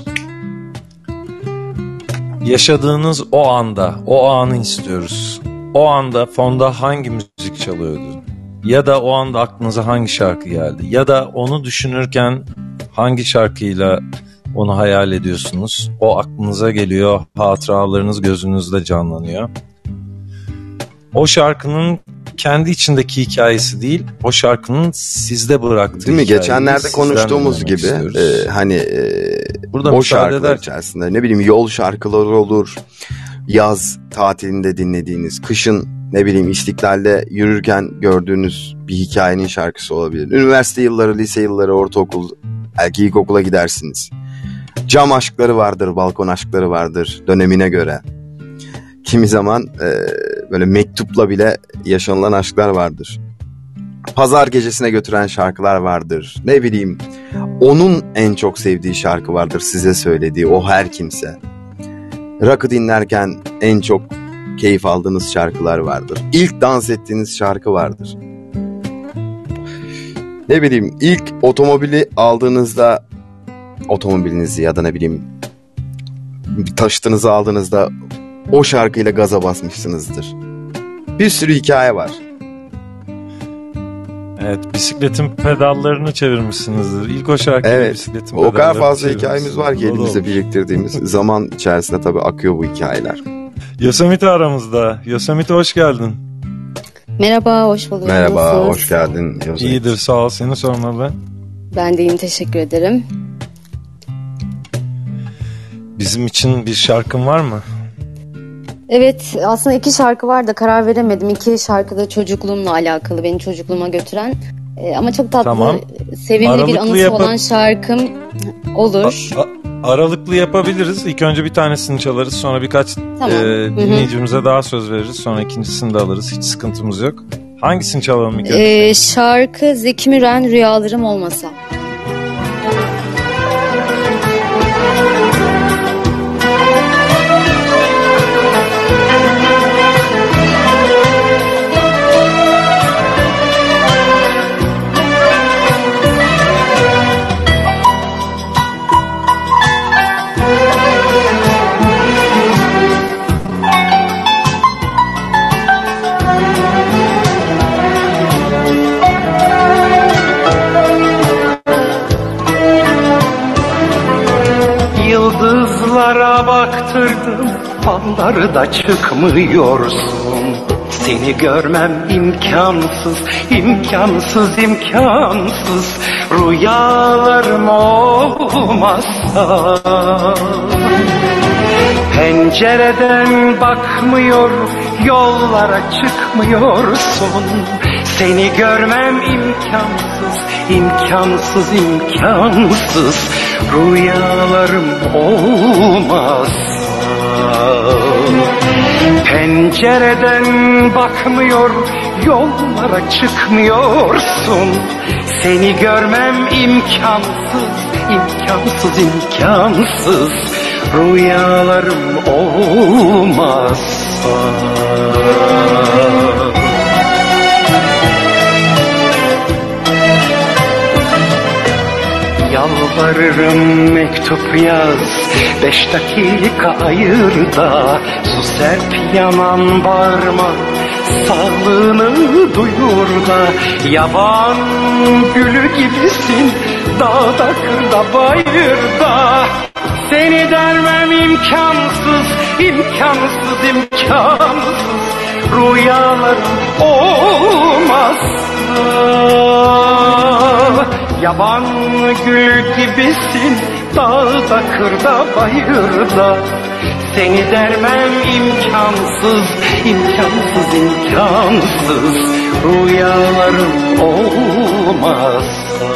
yaşadığınız o anda, o anı istiyoruz. O anda fonda hangi müzik çalıyordu? Ya da o anda aklınıza hangi şarkı geldi? Ya da onu düşünürken hangi şarkıyla onu hayal ediyorsunuz? O aklınıza geliyor, hatıralarınız gözünüzde canlanıyor. O şarkının kendi içindeki hikayesi değil, o şarkının sizde bıraktığı değil mi? hikayeyi Geçenlerde konuştuğumuz gibi e, hani e, Burada o müsaade şarkılar eder. içerisinde ne bileyim yol şarkıları olur, yaz tatilinde dinlediğiniz, kışın ne bileyim İstiklal'de yürürken gördüğünüz bir hikayenin şarkısı olabilir. Üniversite yılları, lise yılları, ortaokul, belki ilkokula gidersiniz. Cam aşkları vardır, balkon aşkları vardır dönemine göre. Kimi zaman e, böyle mektupla bile yaşanılan aşklar vardır. Pazar gecesine götüren şarkılar vardır. Ne bileyim onun en çok sevdiği şarkı vardır, size söylediği o her kimse. Rock'ı dinlerken en çok keyif aldığınız şarkılar vardır. İlk dans ettiğiniz şarkı vardır. Ne bileyim ilk otomobili aldığınızda, otomobilinizi ya da ne bileyim taşıtınızı aldığınızda o şarkıyla gaza basmışsınızdır. Bir sürü hikaye var. Evet, bisikletin pedallarını çevirmişsinizdir. İlk o şarkıyla evet, bisikletin pedallarını. O kadar fazla çevirmişsiniz. hikayemiz var ki elimizde biriktirdiğimiz. Zaman içerisinde tabii akıyor bu hikayeler. Yosemite aramızda. Yosemite hoş geldin. Merhaba, hoş bulduk. Merhaba, Nasılsınız? hoş geldin Yosemite. İyidir, sağ ol. Seni sormalı. Ben de iyiyim, teşekkür ederim. Bizim için bir şarkın var mı? Evet, aslında iki şarkı var da karar veremedim. İki şarkı da çocukluğumla alakalı, beni çocukluğuma götüren. Ee, ama çok tatlı, Tamam. sevimli Aralıklı bir anısı yap- olan şarkım olur. A- a- aralıklı yapabiliriz. İlk önce bir tanesini çalarız. Sonra birkaç Tamam. e, Hı hı. dinleyicimize daha söz veririz. Sonra ikincisini de alırız. Hiç sıkıntımız yok. Hangisini çalalım ilk önce? Ee, şarkı Zeki Müren, Rüyalarım Olmasa. Yıldızlara baktırdım, fallarda çıkmıyorsun. Seni görmem imkansız, imkansız, imkansız. Rüyalarım olmazsa. Pencereden bakmıyor, yollara çıkmıyorsun. Seni görmem imkansız, imkansız, imkansız. Rüyalarım olmazsa. Pencereden bakmıyor, yollara çıkmıyorsun. Seni görmem imkansız, imkansız, imkansız. Rüyalarım olmazsa. Yalvarırım mektup yaz, beş dakika ayır da. Su serp yanan bağırma, sağlığını duyur da. Yaban gülü gibisin, dağda kırda bayırda. Seni dermem imkansız, imkansız, imkansız. Rüyalarım olmazsa. Yaban gül gibisin, dağda kırda bayırda. Seni dermem imkansız, imkansız, imkansız. Rüyalarım olmazsa.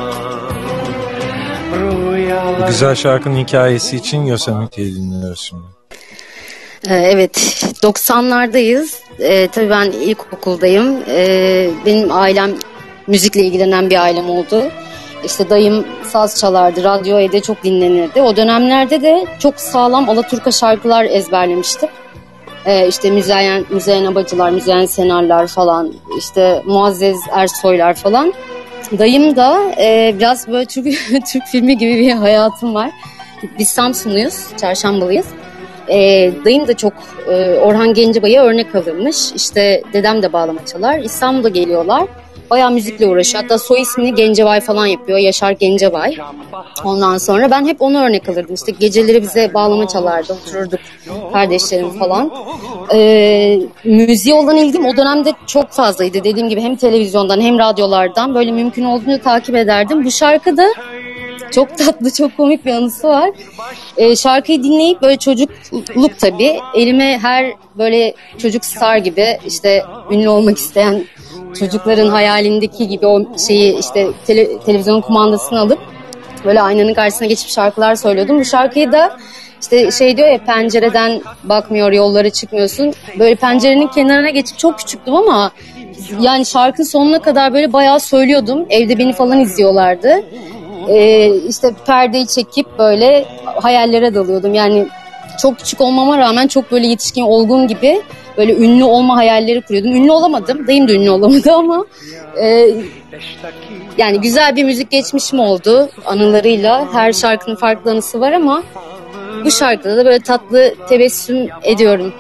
Bu güzel şarkının hikayesi için Yosemite'yi dinliyoruz şimdi. Ee, evet, doksanlardayız. Ee, tabii ben ilkokuldayım. Ee, benim ailem müzikle ilgilenen bir ailem oldu. İşte dayım saz çalardı, radyo evde çok dinlenirdi. O dönemlerde de çok sağlam Alaturka şarkılar ezberlemiştim. Ee, işte Müzeyyen, Müzeyyen Abacılar, Müzeyyen Senarlar falan, işte Muazzez Ersoylar falan. Dayım da e, biraz böyle Türk, Türk filmi gibi bir hayatım var. Biz Samsunluyuz, Çarşambalıyız. E, dayım da çok e, Orhan Gencebay'a örnek alırmış. İşte dedem de bağlama çalar. İstanbul'a geliyorlar. bayağı müzikle uğraşıyor. Hatta soy ismini Gencebay falan yapıyor. Yaşar Gencebay. Ondan sonra ben hep ona örnek alırdım. İşte geceleri bize bağlama çalardı. Otururduk kardeşlerim falan. Ee, müziğe olan ilgim o dönemde çok fazlaydı. Dediğim gibi hem televizyondan hem radyolardan böyle mümkün olduğunu takip ederdim. Bu şarkı da çok tatlı, çok komik bir anısı var. Ee, şarkıyı dinleyip böyle çocukluk tabii. Elime her böyle çocuk star gibi işte ünlü olmak isteyen çocukların hayalindeki gibi o şeyi işte tele, televizyon kumandasını alıp böyle aynanın karşısına geçip şarkılar söylüyordum. Bu şarkıyı da işte şey diyor ya, pencereden bakmıyor yollara çıkmıyorsun. Böyle pencerenin kenarına geçip çok küçüktüm ama yani şarkının sonuna kadar böyle bayağı söylüyordum. Evde beni falan izliyorlardı. Ee, işte perdeyi çekip böyle hayallere dalıyordum. Yani çok küçük olmama rağmen çok böyle yetişkin, olgun gibi böyle ünlü olma hayalleri kuruyordum. Ünlü olamadım. Dayım da ünlü olamadı ama e, yani güzel bir müzik geçmişim oldu anılarıyla. Her şarkının farklı anısı var ama bu şarkıda da böyle tatlı tebessüm ediyorum.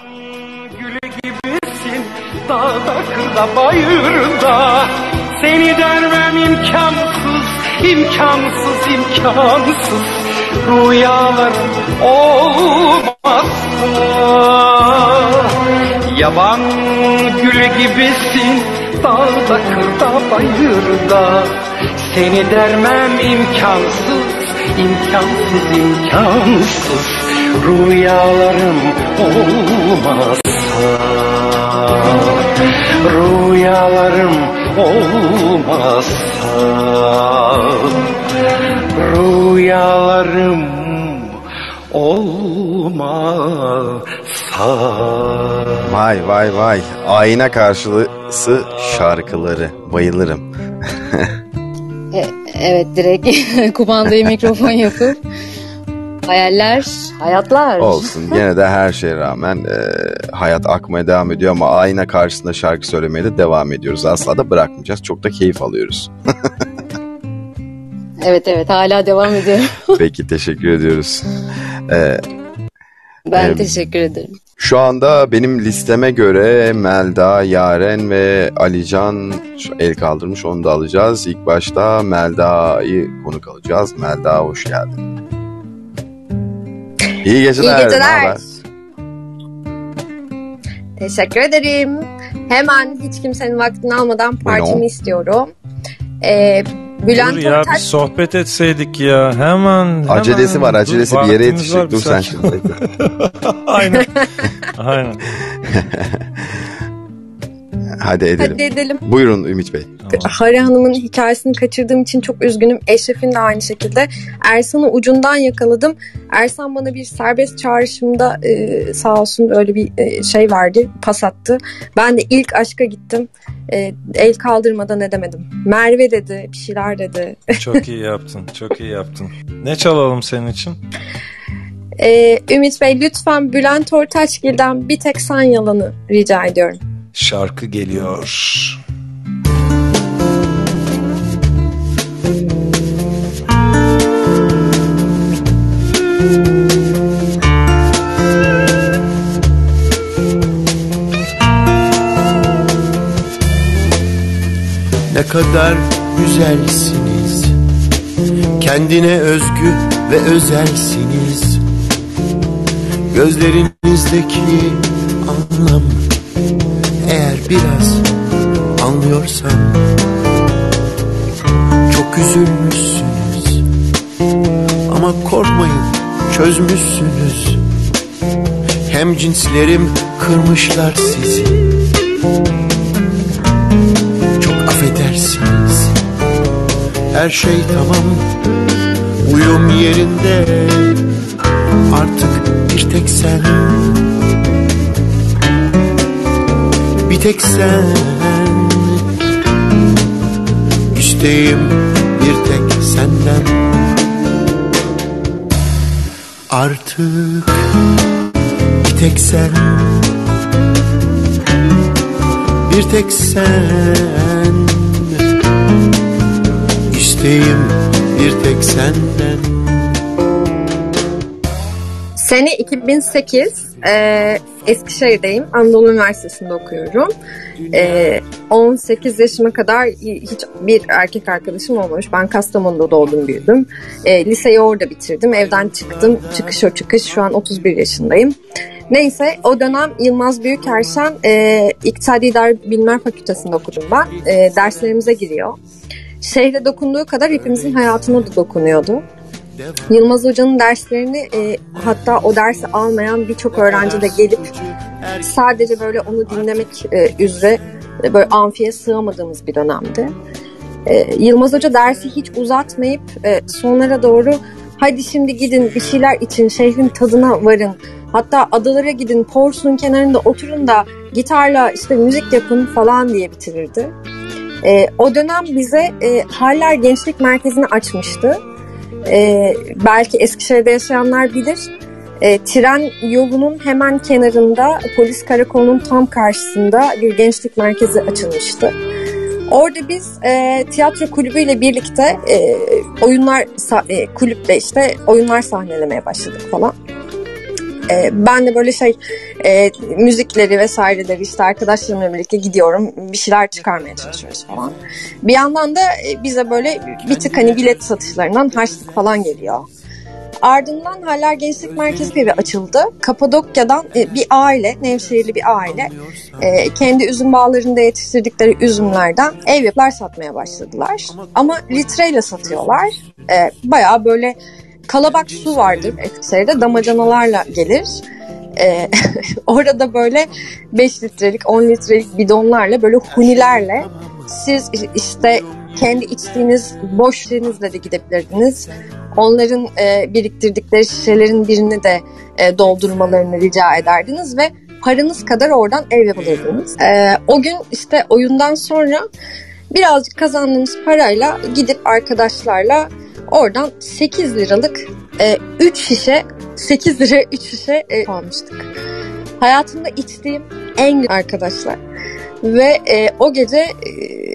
Dağda, kırda, bayırda seni dermem imkansız, imkansız, imkansız. Rüyalarım olmazsa yaban gülü gibisin. Dağda, kırda, bayırda seni dermem imkansız, imkansız, imkansız. Rüyalarım olmazsa, rüyalarım olmazsa, rüyalarım olmazsa. Vay vay vay. Ayna karşılısı şarkıları. Bayılırım. e, evet direkt kumandayı mikrofon yapıp hayaller, hayatlar. Olsun. Yine de her şeye rağmen e, hayat akmaya devam ediyor ama ayna karşısında şarkı söylemeye de devam ediyoruz. Asla da bırakmayacağız. Çok da keyif alıyoruz. Evet evet, hala devam ediyorum. Peki, teşekkür ediyoruz. Ee, ben e, teşekkür ederim. Şu anda benim listeme göre Melda, Yaren ve Alican el kaldırmış, onu da alacağız. İlk başta Melda'yı konuk alacağız. Melda, hoş geldin. İyi geceler. İyi geceler. Teşekkür ederim. Hemen hiç kimsenin vaktini almadan partimi no. istiyorum. Ee, Bülent Dur ya Ortaç... bir sohbet etseydik ya. Hemen. Acelesi hemen. var. Acelesi Dur, bir yere yetişecek. Dur sen şimdi. Aynen. Aynen. Hadi edelim. Hadi edelim. Buyurun Ümit Bey. Hare Hanım'ın hikayesini kaçırdığım için çok üzgünüm. Eşref'in de aynı şekilde. Ersan'ı ucundan yakaladım. Ersan bana bir serbest çağrışımda e, sağ olsun öyle bir e, şey verdi. Pas attı. Ben de ilk aşka gittim. E, el kaldırmadan edemedim. Merve dedi. Bir şeyler dedi. Çok iyi yaptın. Çok iyi yaptın. Ne çalalım senin için? E, Ümit Bey lütfen Bülent Ortaçgil'den Bir Tek Sen Yalanı rica ediyorum. Şarkı geliyor. Ne kadar güzelsiniz, kendine özgü ve özelsiniz. Gözlerinizdeki anlam eğer biraz anlıyorsam, çok üzülmüşsünüz ama korkmayın, çözmüşsünüz. Hem cinslerim kırmışlar sizi, çok affedersiniz. Her şey tamam, uyum yerinde, artık bir tek sen, bir tek sen. İsteğim bir tek senden. Artık bir tek sen, bir tek sen. İsteğim bir tek senden. Sene iki bin sekiz, e, Eskişehir'deyim. Anadolu Üniversitesi'nde okuyorum. E, on sekiz yaşıma kadar hiç bir erkek arkadaşım olmamış. Ben Kastamonu'da doğdum, büyüdüm. E, liseyi orada bitirdim. Evden çıktım. Çıkış o çıkış. Şu an otuz bir yaşındayım. Neyse, o dönem Yılmaz Büyükerşen e, İktisadi İdari Bilimler Fakültesi'nde okudum ben. E, derslerimize giriyor. Şehre dokunduğu kadar hepimizin hayatına da dokunuyordu. Yılmaz Hoca'nın derslerini e, hatta o dersi almayan birçok öğrenci de gelip sadece böyle onu dinlemek e, üzere e, böyle amfiye sığamadığımız bir dönemdi. E, Yılmaz Hoca dersi hiç uzatmayıp e, sonlara doğru hadi şimdi gidin bir şeyler için, şehrin tadına varın. Hatta adalara gidin, Porsu'nun kenarında oturun da gitarla işte müzik yapın falan diye bitirirdi. E, o dönem bize e, Haller Gençlik Merkezi'ni açmıştı. Ee, belki Eskişehir'de yaşayanlar bilir. Ee, tren yolunun hemen kenarında, polis karakolunun tam karşısında bir gençlik merkezi açılmıştı. Orada biz e, tiyatro kulübüyle birlikte e, oyunlar e, kulüple işte oyunlar sahnelemeye başladık falan. E, ben de böyle şey e, müzikleri vesaireleri işte arkadaşlarımla birlikte gidiyorum, bir şeyler çıkarmaya çalışıyoruz falan. Bir yandan da e, bize böyle bir tık hani bilet satışlarından harçlık falan geliyor. Ardından Haller Gençlik Merkezi evi açıldı. Kapadokya'dan e, bir aile, Nevşehirli bir aile e, kendi üzüm bağlarında yetiştirdikleri üzümlerden ev yapılar satmaya başladılar. Ama litreyle satıyorlar. E, bayağı böyle Kalabak su vardır Eskişehir'de, damacanalarla gelir. Ee, orada böyle beş litrelik, on litrelik bidonlarla, böyle hunilerle siz işte kendi içtiğiniz boş şişenizle de gidebilirdiniz. Onların e, biriktirdikleri şişelerin birini de e, doldurmalarını rica ederdiniz ve paranız kadar oradan ev yapabilirdiniz. E, o gün işte oyundan sonra birazcık kazandığımız parayla gidip arkadaşlarla oradan sekiz liralık e, üç şişe, sekiz liraya üç şişe e, almıştık. Hayatımda içtiğim en arkadaşlar. Ve e, o gece e,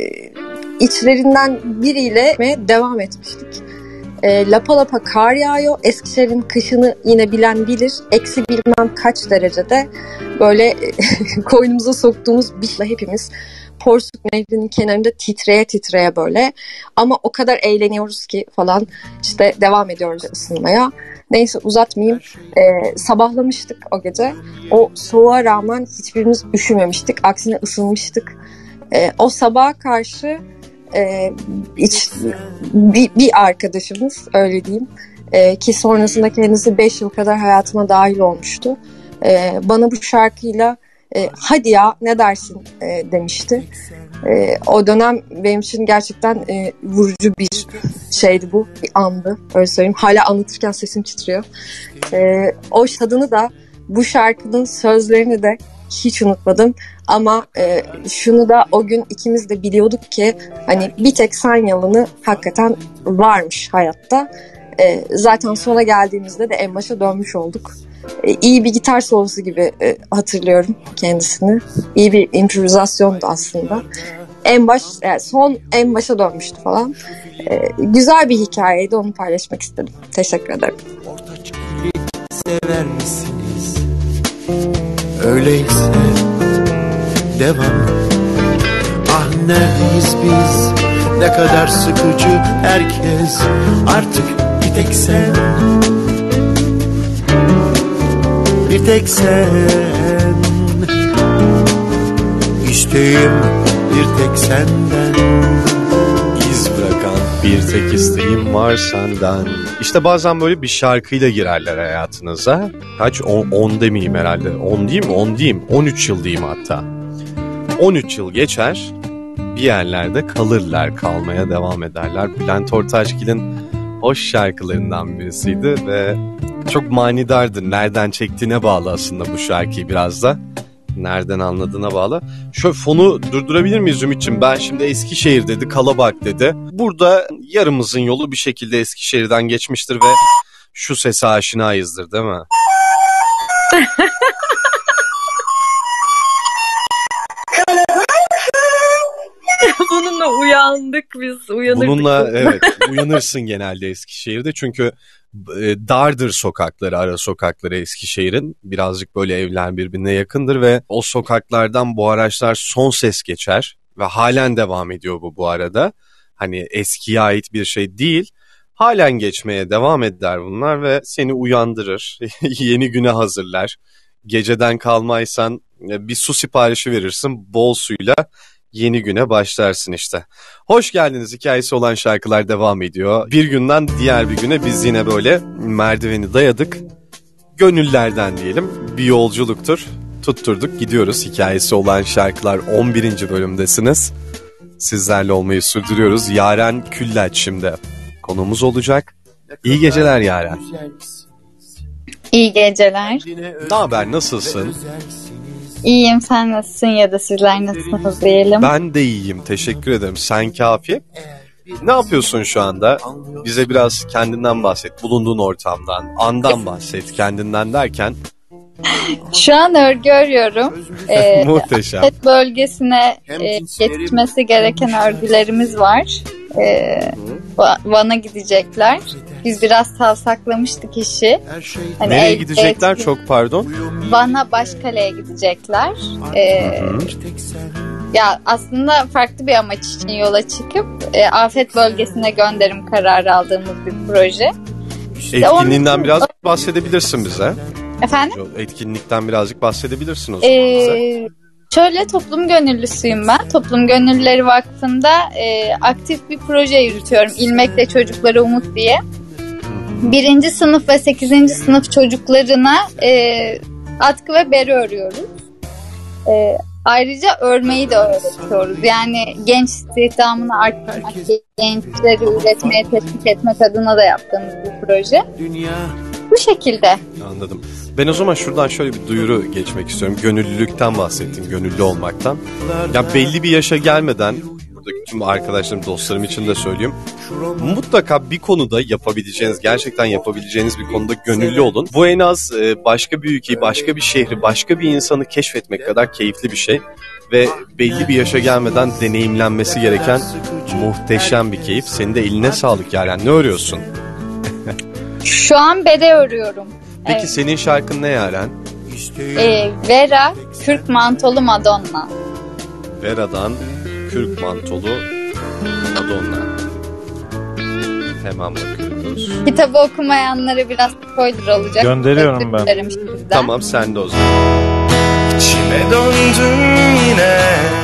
içlerinden biriyle devam etmiştik. E, lapa lapa kar yağıyor. Eskişehir'in kışını yine bilen bilir. Eksi bilmem kaç derecede böyle koynumuza soktuğumuz bir şey hepimiz Porsuk Nehri'nin kenarında titreye titreye böyle. Ama o kadar eğleniyoruz ki falan, işte devam ediyoruz ısınmaya. Neyse uzatmayayım. Ee, sabahlamıştık o gece. O soğuğa rağmen hiçbirimiz üşümemiştik. Aksine ısınmıştık. Ee, o sabaha karşı e, iç, bir, bir arkadaşımız, öyle diyeyim, e, ki sonrasında kendisi beş yıl kadar hayatıma dahil olmuştu. E, bana bu şarkıyla E, hadi ya ne dersin e, demişti. E, o dönem benim için gerçekten e, vurucu bir şeydi bu. Bir andı. Öyle söyleyeyim. Hala anlatırken sesim titriyor. E, o tadını da, bu şarkının sözlerini de hiç unutmadım. Ama e, şunu da o gün ikimiz de biliyorduk ki hani bir tek Sanyalı'nı hakikaten varmış hayatta. E, zaten sona geldiğimizde de en başa dönmüş olduk. E, iyi bir gitar solosu gibi e, hatırlıyorum kendisini. İyi bir improvizasyondu aslında. En baş, yani son en başa dönmüştü falan. E, güzel bir hikayeydi, onu paylaşmak istedim. Teşekkür ederim. Sever misiniz? Öyleyse devam. Ah neredeyiz biz? Ne kadar sıkıcı herkes. Artık bir tek sen. Bir tek sen. İsteğim bir tek senden. İz bırakan bir tek isteğim var senden. İşte bazen böyle bir şarkıyla girerler hayatınıza. Kaç? on demeyeyim herhalde. on diyeyim mi? on diyeyim. on üç yıl diyeyim hatta. on üç yıl geçer. Bir yerlerde kalırlar. Kalmaya devam ederler. Bülent Ortaçgil'in hoş şarkılarından birisiydi ve çok manidardı. Nereden çektiğine bağlı aslında bu şarkıyı biraz da. Nereden anladığına bağlı. Şöyle fonu durdurabilir miyiz Ümit'ciğim? Ben şimdi Eskişehir dedi, Kalabak dedi. Burada yarımızın yolu bir şekilde Eskişehir'den geçmiştir ve şu sese aşinayızdır değil mi? Bununla uyan. Uyandık biz, uyanırdık. Bununla evet uyanırsın genelde Eskişehir'de çünkü e, dardır sokakları, ara sokakları Eskişehir'in. Birazcık böyle evler birbirine yakındır ve o sokaklardan bu araçlar son ses geçer ve halen devam ediyor bu bu arada. Hani eskiye ait bir şey değil. Halen geçmeye devam eder bunlar ve seni uyandırır, yeni güne hazırlar. Geceden kalmaysan bir su siparişi verirsin, bol suyla yeni güne başlarsın işte. Hoş geldiniz, hikayesi olan şarkılar devam ediyor. Bir günden diğer bir güne biz yine böyle merdiveni dayadık. Gönüllerden diyelim, bir yolculuktur. Tutturduk, gidiyoruz. Hikayesi olan şarkılar on birinci bölümdesiniz. Sizlerle olmayı sürdürüyoruz. Yaren Küllaç şimdi konuğumuz olacak. İyi geceler Yaren. İyi geceler. Ne haber, nasılsın? İyiyim, sen nasılsın ya da sizler nasılsınız diyelim. Ben de iyiyim, teşekkür ederim. Sen kafi. Ne yapıyorsun şu anda? Bize biraz kendinden bahset, bulunduğun ortamdan, andan bahset, kendinden derken. Şu an örgü örüyorum. Ee, Muhteşem. Afet bölgesine e, yetişmesi gereken örgülerimiz var. Ee, Van'a gidecekler. Biz biraz savsaklamıştık işi. Hani nereye el, gidecekler el, çok pardon? Van'a, Başkale'ye gidecekler. Ee, ya aslında farklı bir amaç için yola çıkıp e, afet bölgesine gönderim kararı aldığımız bir proje. İşte etkinliğinden onun... biraz bahsedebilirsin bize. Efendim? Etkinlikten birazcık bahsedebilirsin o zaman ee, bize. Şöyle, toplum gönüllüsüyüm ben. Toplum Gönüllüleri Vakfı'nda e, aktif bir proje yürütüyorum. İlmek'te Çocuklara Umut diye. Birinci sınıf ve sekizinci sınıf çocuklarına e, atkı ve bere örüyoruz. E, ayrıca örmeyi de öğretiyoruz. Yani genç istihdamını arttırmak, gençleri üretmeye teşvik etmek adına da yaptığımız bir proje. Bu şekilde. Anladım. Ben o zaman şuradan şöyle bir duyuru geçmek istiyorum. Gönüllülükten bahsettin, gönüllü olmaktan. Ya belli bir yaşa gelmeden, buradaki tüm arkadaşlarım, dostlarım için de söyleyeyim. Mutlaka bir konuda yapabileceğiniz, gerçekten yapabileceğiniz bir konuda gönüllü olun. Bu en az başka bir ülkeyi, başka bir şehri, başka bir insanı keşfetmek kadar keyifli bir şey. Ve belli bir yaşa gelmeden deneyimlenmesi gereken muhteşem bir keyif. Senin de eline sağlık Yaren. Ne örüyorsun? Şu an bere örüyorum. Peki evet. Senin şarkın ne Yaren? Ee, Vera, Kürk Mantolu Madonna. Vera'dan Kürk Mantolu Madonna. Hemen bakıyoruz. Kitabı okumayanlara biraz spoiler olacak. Gönderiyorum ben. Tamam, sen de o zaman. İçime döndüm yine,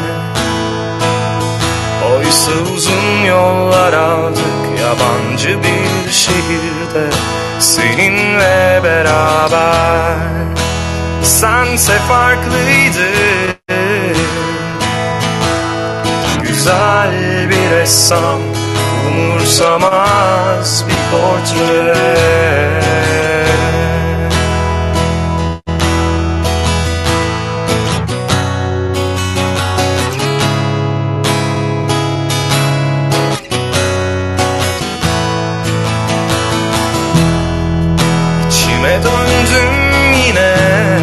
oysa uzun yollar aldık yabancı bir şehirde seninle beraber. Sense farklıydın, güzel bir ressam, umursamaz bir portre. İçime döndüm yine,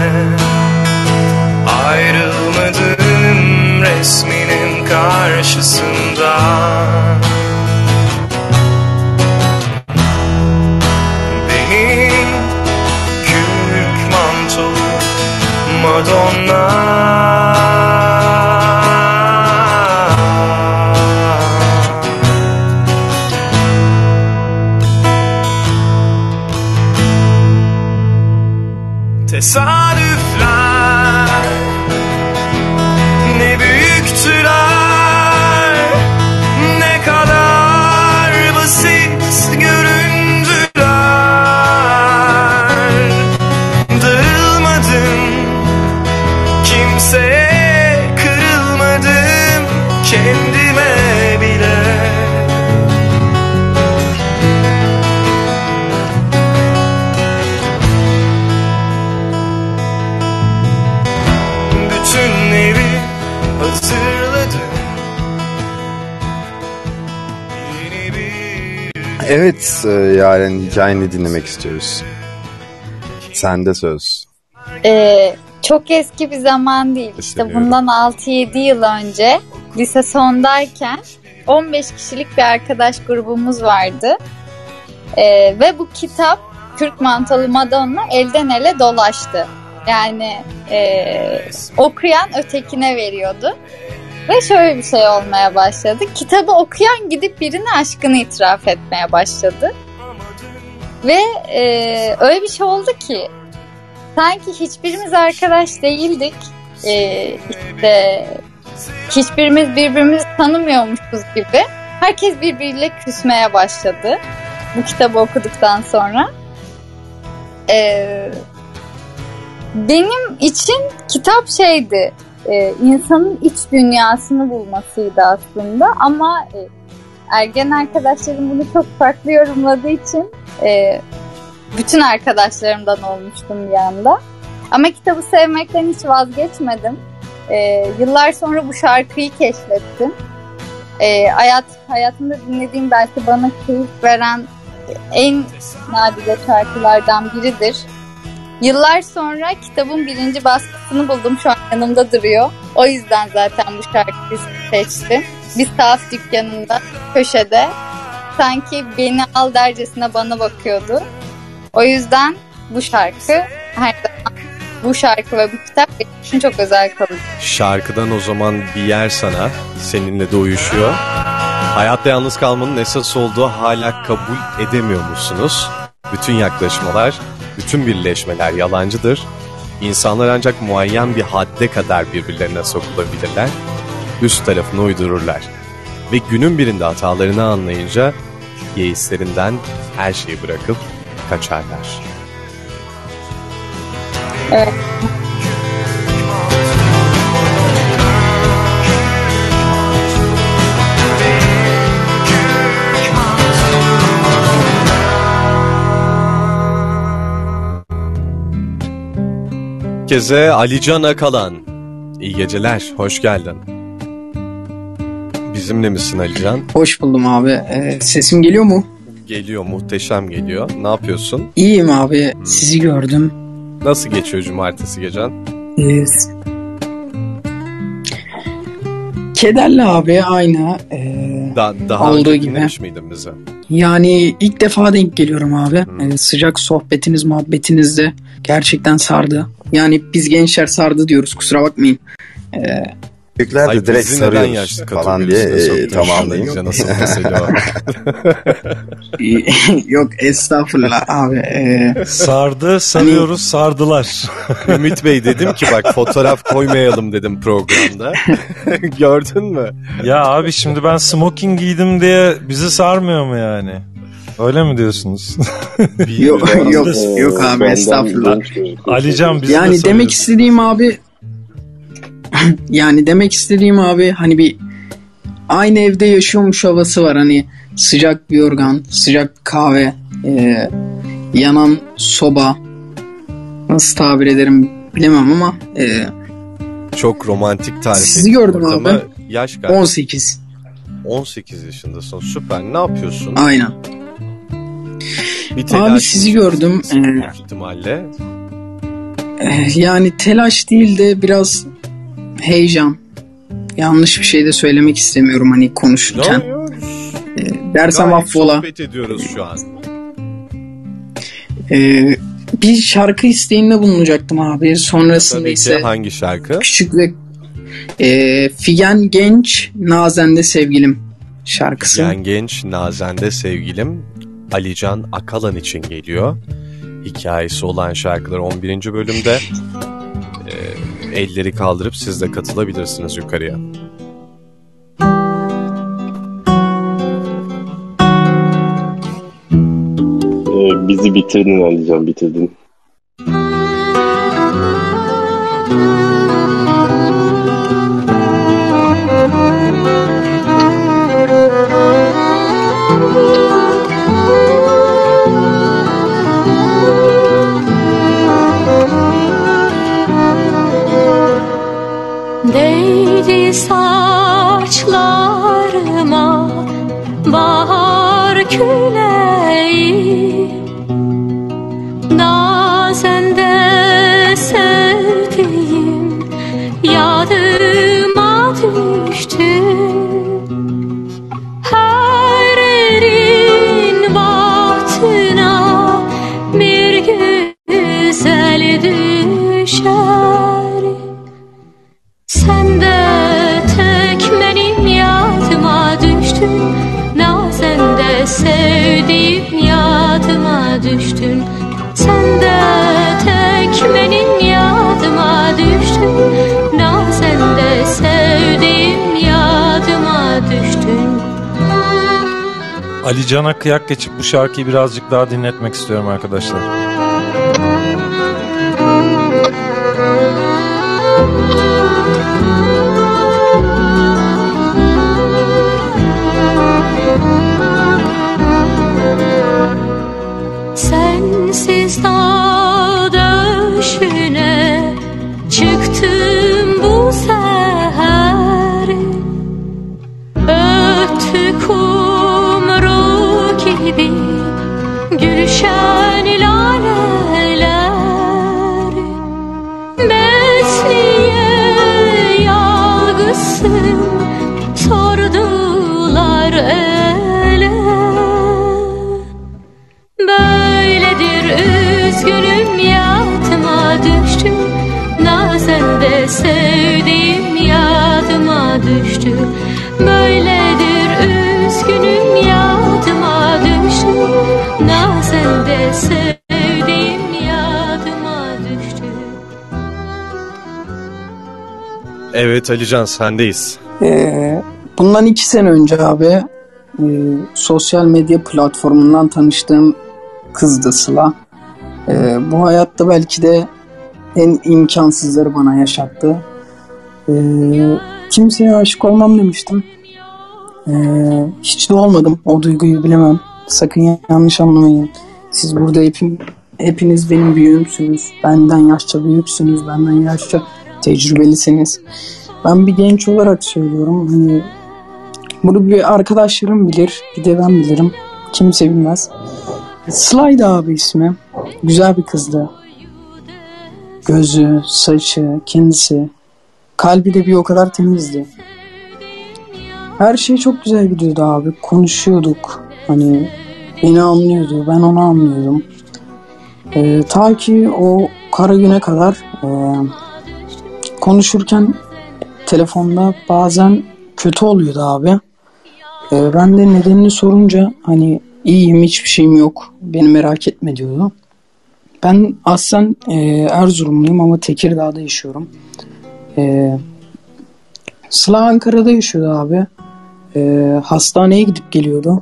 ayrılmadım resminin karşısında. Benim kürk mantolu Madonna. Tesadüfler ne büyüktüler, ne kadar basit göründüler. Dağılmadım, kimseye kırılmadım, kendime bile. Bütün evi hatırladım. Yeni bir... Evet e, Yaren, hikayeni dinlemek istiyoruz. Sende söz. Ee, çok eski bir zaman değil. İşte bundan altı yedi yıl önce lise sondayken on beş kişilik bir arkadaş grubumuz vardı. Ee, ve bu kitap Kürk Mantolu Madonna elden ele dolaştı. Yani e, okuyan ötekine veriyordu. Ve şöyle bir şey olmaya başladı. Kitabı okuyan gidip birine aşkını itiraf etmeye başladı. Ve e, öyle bir şey oldu ki sanki hiçbirimiz arkadaş değildik. E, işte hiçbirimiz birbirimizi tanımıyormuşuz gibi. Herkes birbiriyle küsmeye başladı bu kitabı okuduktan sonra. E, benim için kitap şeydi, e, insanın iç dünyasını bulmasıydı aslında. Ama e, ergen arkadaşlarım bunu çok farklı yorumladığı için e, bütün arkadaşlarımdan olmuştum bir anda. Ama kitabı sevmekten hiç vazgeçmedim. E, yıllar sonra bu şarkıyı keşfettim. E, hayat, hayatımda dinlediğim belki bana keyif veren en nadide şarkılardan biridir. Yıllar sonra kitabın birinci baskısını buldum. Şu an yanımda duruyor. O yüzden zaten bu şarkıyı seçtim. Bir sahaf dükkanında köşede sanki beni al dercesine bana bakıyordu. O yüzden bu şarkı her zaman bu şarkı ve bu kitap benim için çok özel kalıyor. Şarkıdan o zaman bir yer sana, seninle de uyuşuyor. Hayatta yalnız kalmanın esas olduğu hala kabul edemiyor musunuz? Bütün yaklaşmalar, bütün birleşmeler yalancıdır. İnsanlar ancak muayyen bir hadde kadar birbirlerine sokulabilirler. Üst tarafını uydururlar. Ve günün birinde hatalarını anlayınca yeğislerinden her şeyi bırakıp kaçarlar. Evet. Herkese Alican Akalan. İyi geceler, hoş geldin. Bizimle misin Alican? Hoş buldum abi. Ee, sesim geliyor mu? Geliyor, muhteşem geliyor. Ne yapıyorsun? İyiyim abi, sizi gördüm. Nasıl geçiyor cumartesi gecen? Yes. Kederli abi, aynı. Ee, da, daha olduğu önce gibi. dinlemiş miydin bizi? Yani ilk defa denk geliyorum abi. Hmm. Ee, sıcak sohbetiniz, muhabbetiniz de gerçekten sardı. Yani biz gençler sardı diyoruz, kusura bakmayın. Ee, Büyükler de direkt sarıyoruz falan diye e, tamamlayayım. Yok estağfurullah abi. Ee, Sardı, sarıyoruz, hani... sardılar. Ümit Bey dedim ki bak fotoğraf koymayalım dedim programda. Gördün mü? Ya abi şimdi ben smoking giydim diye bizi sarmıyor mu yani? Öyle mi diyorsunuz? yok yok yok abi estağfurullah. Alican bizi yani de demek istediğim abi yani demek istediğim abi hani bir aynı evde yaşıyormuş havası var. Hani sıcak bir yorgan, sıcak kahve, e, yanan soba, nasıl tabir ederim bilemem ama e, çok romantik tarif. Sizi gördüm ortama. Abi. Yaş kaç? on sekiz. on sekiz yaşındasın. Süper. Ne yapıyorsun? Aynen. Abi sizi gördüm. Büyük ihtimalle. E, yani telaş değil de biraz heyecan. Yanlış bir şey de söylemek istemiyorum hani konuşurken. E, dersem affola. Sohbet ediyoruz şu an. E, bir şarkı isteğinde bulunacaktım abi. Sonrasında Tabii ise ki. Hangi şarkı? Küçük ve e, Figen Genç Nazende Sevgilim şarkısı. Figen Genç Nazende Sevgilim Alican Akalan için geliyor. Hikayesi olan şarkılar on birinci bölümde. E, elleri kaldırıp siz de katılabilirsiniz yukarıya. Ee, bizi bitirdin Alican, bitirdin. Değdi saçlarıma bahar küleği, nazende sevdiğim yadıma düştü. Ali Can'a kıyak geçip bu şarkıyı birazcık daha dinletmek istiyorum arkadaşlar. Sensiz dağ döşüne çıktım bu seher, öttü kumru gibi gülşen laleler, besliye yağgısın sordular ele. Böyledir üzgünüm yatıma düştü, nazende sevdiğim yadıma düştü. Böyledir üzgünüm yadıma düştü, nazende sevdiğim yadıma düştü. Evet Alican, sendeyiz. Ee, bundan iki sene önce abi e, sosyal medya platformundan tanıştığım kızdı Sıla. Ee, bu hayatta belki de en imkansızları bana yaşattı. Ee, kimseye aşık olmam demiştim. Ee, hiç de olmadım. O duyguyu bilemem. Sakın yanlış anlamayın. Siz burada hepim, hepiniz benim büyüğümsünüz. Benden yaşça büyüksünüz. Benden yaşça tecrübelisiniz. Ben bir genç olarak söylüyorum. Hani bunu bir arkadaşlarım bilir. Bir de ben bilirim. Kimse bilmez. Sıla'ydı abi ismi. Güzel bir kızdı. Gözü, saçı, kendisi. Kalbi de bir o kadar temizdi. Her şey çok güzel gidiyordu abi. Konuşuyorduk. Hani beni anlıyordu. Ben onu anlıyordum. Ee, ta ki o kara güne kadar e, konuşurken telefonda bazen kötü oluyordu abi. Ee, ben de nedenini sorunca hani iyiyim, hiçbir şeyim yok, beni merak etme diyordu. Ben aslen e, Erzurumluyum ama Tekirdağ'da yaşıyorum. E, Sıla Ankara'da yaşıyordu abi. E, hastaneye gidip geliyordu.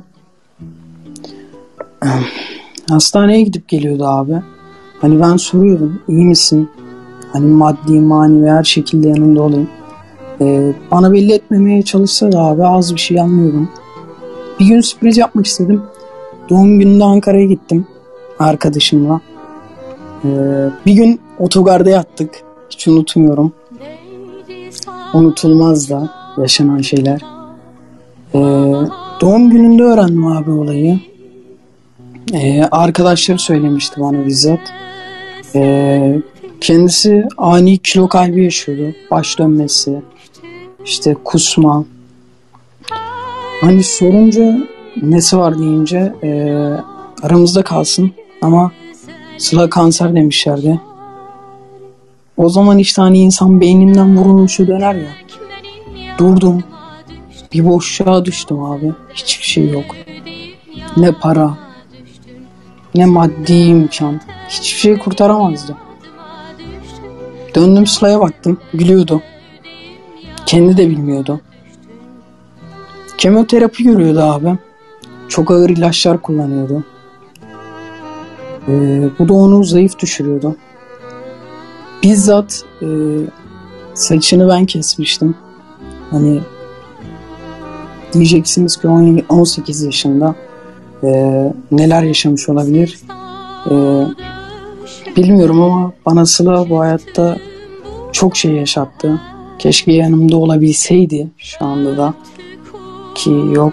E, hastaneye gidip geliyordu abi. Hani ben soruyordum, iyi misin? Hani maddi, manevi her şekilde yanında olayım. E, bana belli etmemeye çalışsa da abi az bir şey anlıyordum. Bir gün sürpriz yapmak istedim. Doğum gününde Ankara'ya gittim arkadaşımla. Ee, bir gün otogarda yattık. Hiç unutmuyorum. Unutulmaz da yaşanan şeyler. Ee, doğum gününde öğrendim abi olayı. Ee, arkadaşları söylemişti bana bizzat. Ee, kendisi ani kilo kaybı yaşıyordu. Baş dönmesi, işte kusma. Hani sorunca nesi var deyince e, aramızda kalsın ama Sıla kanser demişlerdi. O zaman işte hani insan beyninden vurulmuşu döner ya. Durdum. Bir boşluğa düştüm abi. Hiçbir şey yok. Ne para, ne maddi imkan. Hiçbir şey kurtaramazdı. Döndüm Sıla'ya baktım. Gülüyordu. Kendi de bilmiyordu. Kemoterapi görüyordu abi. Çok ağır ilaçlar kullanıyordu. Ee, bu da onu zayıf düşürüyordu. Bizzat e, saçını ben kesmiştim. Hani diyeceksiniz ki on sekiz yaşında e, neler yaşamış olabilir? E, bilmiyorum ama bana Sıla bu hayatta çok şey yaşattı. Keşke yanımda olabilseydi şu anda da. Ki yok.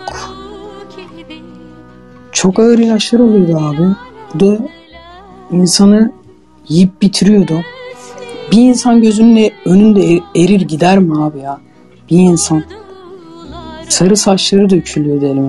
Çok ağır ilaçlar oluyordu abi. Bu da insanı yiyip bitiriyordu. Bir insan gözünün önünde erir gider mi abi ya? Bir insan. Sarı saçları dökülüyordu elime.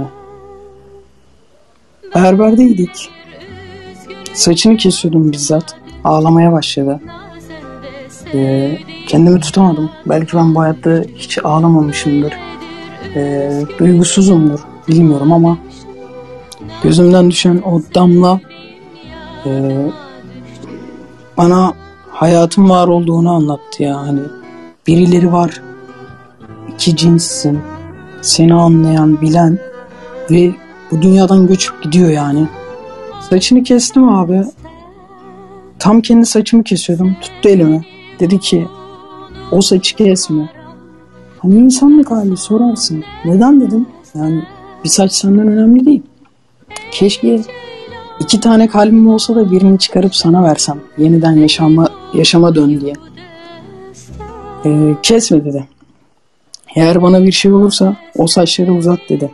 Berberdeydik. Saçını kesiyordum bizzat. Ağlamaya başladı. Ee, kendimi tutamadım. Belki ben bu hayatta hiç ağlamamışımdır. Ee, duygusuzumdur. Bilmiyorum ama gözümden düşen o damla e, bana hayatın var olduğunu anlattı ya. Hani birileri var, iki cinssin, seni anlayan, bilen ve bu dünyadan göçüp gidiyor yani. Saçını kestim abi. Tam kendi saçımı kesiyordum. Tuttu elimi. Dedi ki o saçı kesme. Hani insanlık hali sorarsın. Neden dedim. Yani bir saç senden önemli değil. Keşke iki tane kalbim olsa da birini çıkarıp sana versem. Yeniden yaşama, yaşama dön diye. Ee, kesme dedi. Eğer bana bir şey olursa o saçları uzat dedi.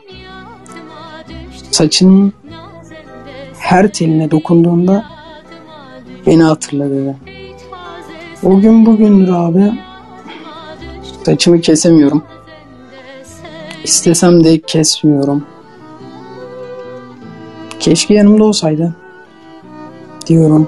Saçının her teline dokunduğunda beni hatırla dedi. O gün bugündür abi saçımı kesemiyorum. İstesem de kesmiyorum. Keşke yanımda olsaydı diyorum.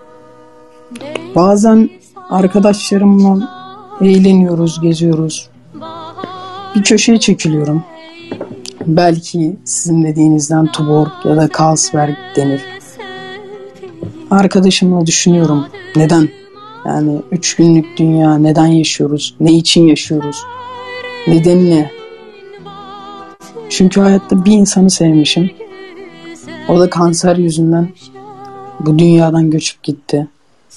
Bazen arkadaşlarımla eğleniyoruz, geziyoruz. Bir köşeye çekiliyorum. Belki sizin dediğinizden Tuborg ya da Carlsberg denir. Arkadaşımla düşünüyorum. Neden? Yani üç günlük dünya neden yaşıyoruz? Ne için yaşıyoruz? Nedeni ne? Çünkü hayatta bir insanı sevmişim. O da kanser yüzünden bu dünyadan göçüp gitti.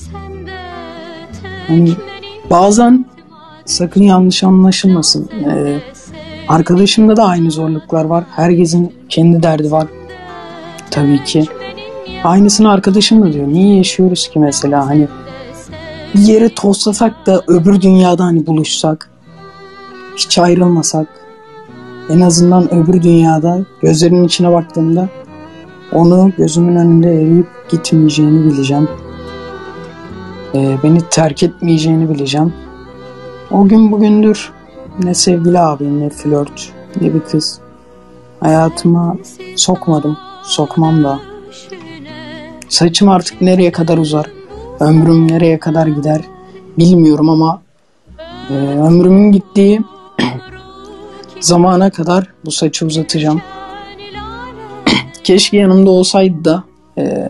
Hani bazen sakın yanlış anlaşılmasın. Ee, arkadaşımda da aynı zorluklar var. Herkesin kendi derdi var. Tabii ki. Aynısını arkadaşım da diyor. Niye yaşıyoruz ki mesela? Hani bir yere toslasak da öbür dünyada hani buluşsak, hiç ayrılmasak, en azından öbür dünyada gözlerinin içine baktığımda onu gözümün önünde eriyip gitmeyeceğini bileceğim. Ee, beni terk etmeyeceğini bileceğim. O gün bugündür ne sevgili abim, ne flört, ne bir kız hayatıma sokmadım, sokmam da. Saçım artık nereye kadar uzar, ömrüm nereye kadar gider bilmiyorum ama e, ömrümün gittiği zamana kadar bu saçı uzatacağım. Keşke yanımda olsaydı da e,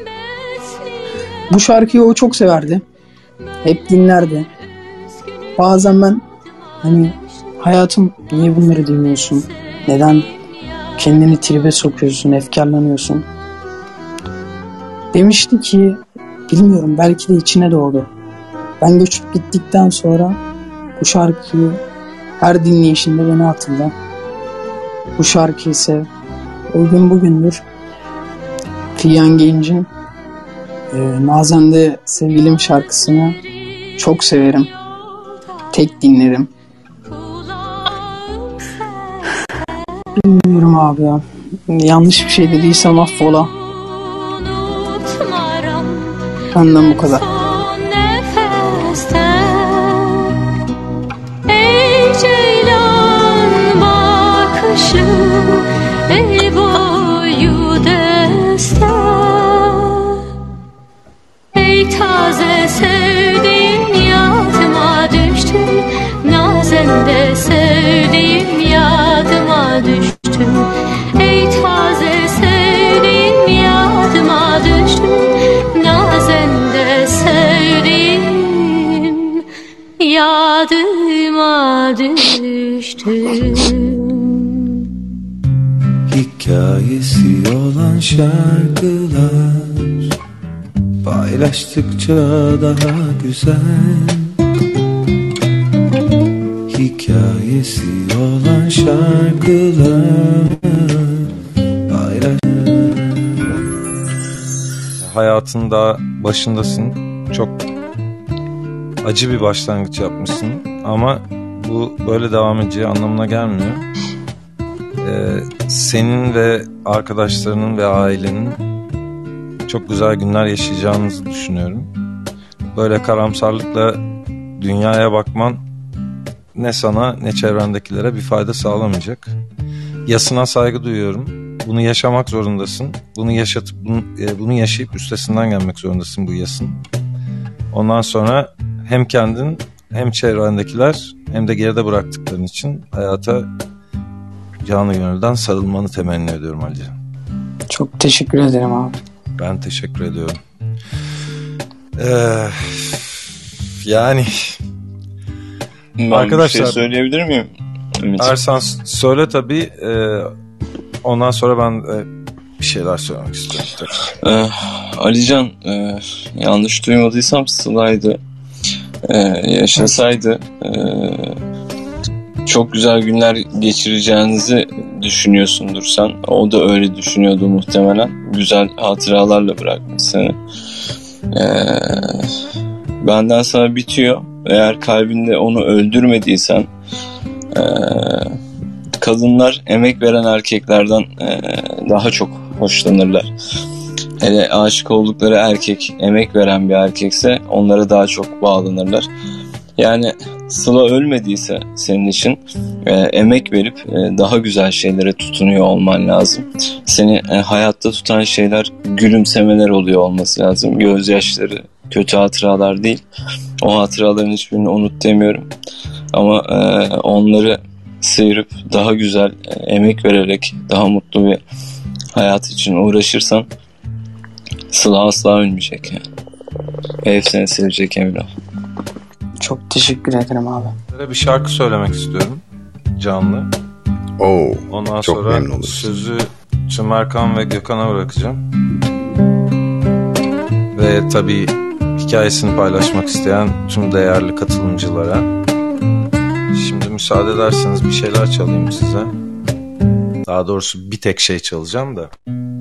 bu şarkıyı o çok severdi. Hep dinlerdi. Bazen ben hani hayatım niye bunları dinliyorsun? Neden kendini tribe sokuyorsun, efkarlanıyorsun? Demişti ki bilmiyorum, belki de içine doğdu. Ben göçüp gittikten sonra bu şarkıyı her dinleyişinde beni hatırla. Bu şarkıyı sev. O gün bugündür Fiyan Genç'in e, Nazende Sevgilim şarkısını çok severim. Tek dinlerim. Bilmiyorum abi ya. Yanlış bir şey dediysem affola. Benden bu kadar. Ey ceylan bakışı, el boyu destan. Ey taze sevdiğim yadıma düştü, nazende sevdiğim yadıma düştü. Ey taze sevdiğim yadıma düştü, nazende sevdiğim yadıma düştü. Hikayesi olan şarkılar paylaştıkça daha güzel. Hikayesi olan şarkılar paylaş. Hayatında başındasın. Çok acı bir başlangıç yapmışsın ama bu böyle devam edeceği anlamına gelmiyor. Ee, senin ve arkadaşlarının ve ailenin çok güzel günler yaşayacağınızı düşünüyorum. Böyle karamsarlıkla dünyaya bakman ne sana ne çevrendekilere bir fayda sağlamayacak. Yasına saygı duyuyorum. Bunu yaşamak zorundasın. Bunu yaşatıp bunu, e, bunu yaşayıp üstesinden gelmek zorundasın bu yasın. Ondan sonra hem kendin hem çevrendekiler hem de geride bıraktıkların için hayata canı gönülden sarılmanı temenni ediyorum Alican. Çok teşekkür ederim abi. Ben teşekkür ediyorum. Ee, yani ben arkadaşlar, bir şey söyleyebilir miyim? Ümit? Ersan söyle tabii. Ee, Ondan sonra ben e, bir şeyler söylemek istiyorum. Ee, Alican, e, yanlış duymadıysam Sıla'ydı. Ee, yaşasaydı e, çok güzel günler geçireceğinizi düşünüyorsundur sen. O da öyle düşünüyordu muhtemelen. Güzel hatıralarla bırakmış seni. Ee, benden sana bitiyor. Eğer kalbinde onu öldürmediysen, e, kadınlar emek veren erkeklerden e, daha çok hoşlanırlar. Hele aşık oldukları erkek emek veren bir erkekse onlara daha çok bağlanırlar. Yani Sıla ölmediyse senin için e, emek verip e, daha güzel şeylere tutunuyor olman lazım. Seni e, hayatta tutan şeyler gülümsemeler oluyor olması lazım. Gözyaşları, kötü hatıralar değil. O hatıraların hiçbirini unut demiyorum. Ama e, onları sıyırıp daha güzel e, emek vererek daha mutlu bir hayat için uğraşırsan Sıla asla ölmeyecek yani. Ev seni sevecek emin ol. Çok teşekkür ederim abi. Bir şarkı söylemek istiyorum. Canlı. Oo, Ondan çok sonra memnun oluruz. sözü Çımarkan ve Gökhan'a bırakacağım. Ve tabii hikayesini paylaşmak isteyen tüm değerli katılımcılara. Şimdi müsaade ederseniz bir şeyler çalayım size. Daha doğrusu bir tek şey çalacağım da.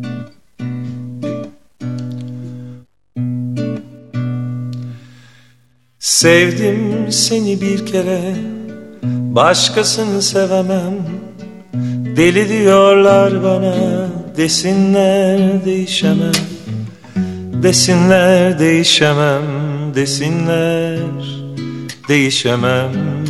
Sevdim seni bir kere, başkasını sevemem. Deli diyorlar bana, desinler değişemem. Desinler değişemem, desinler değişemem.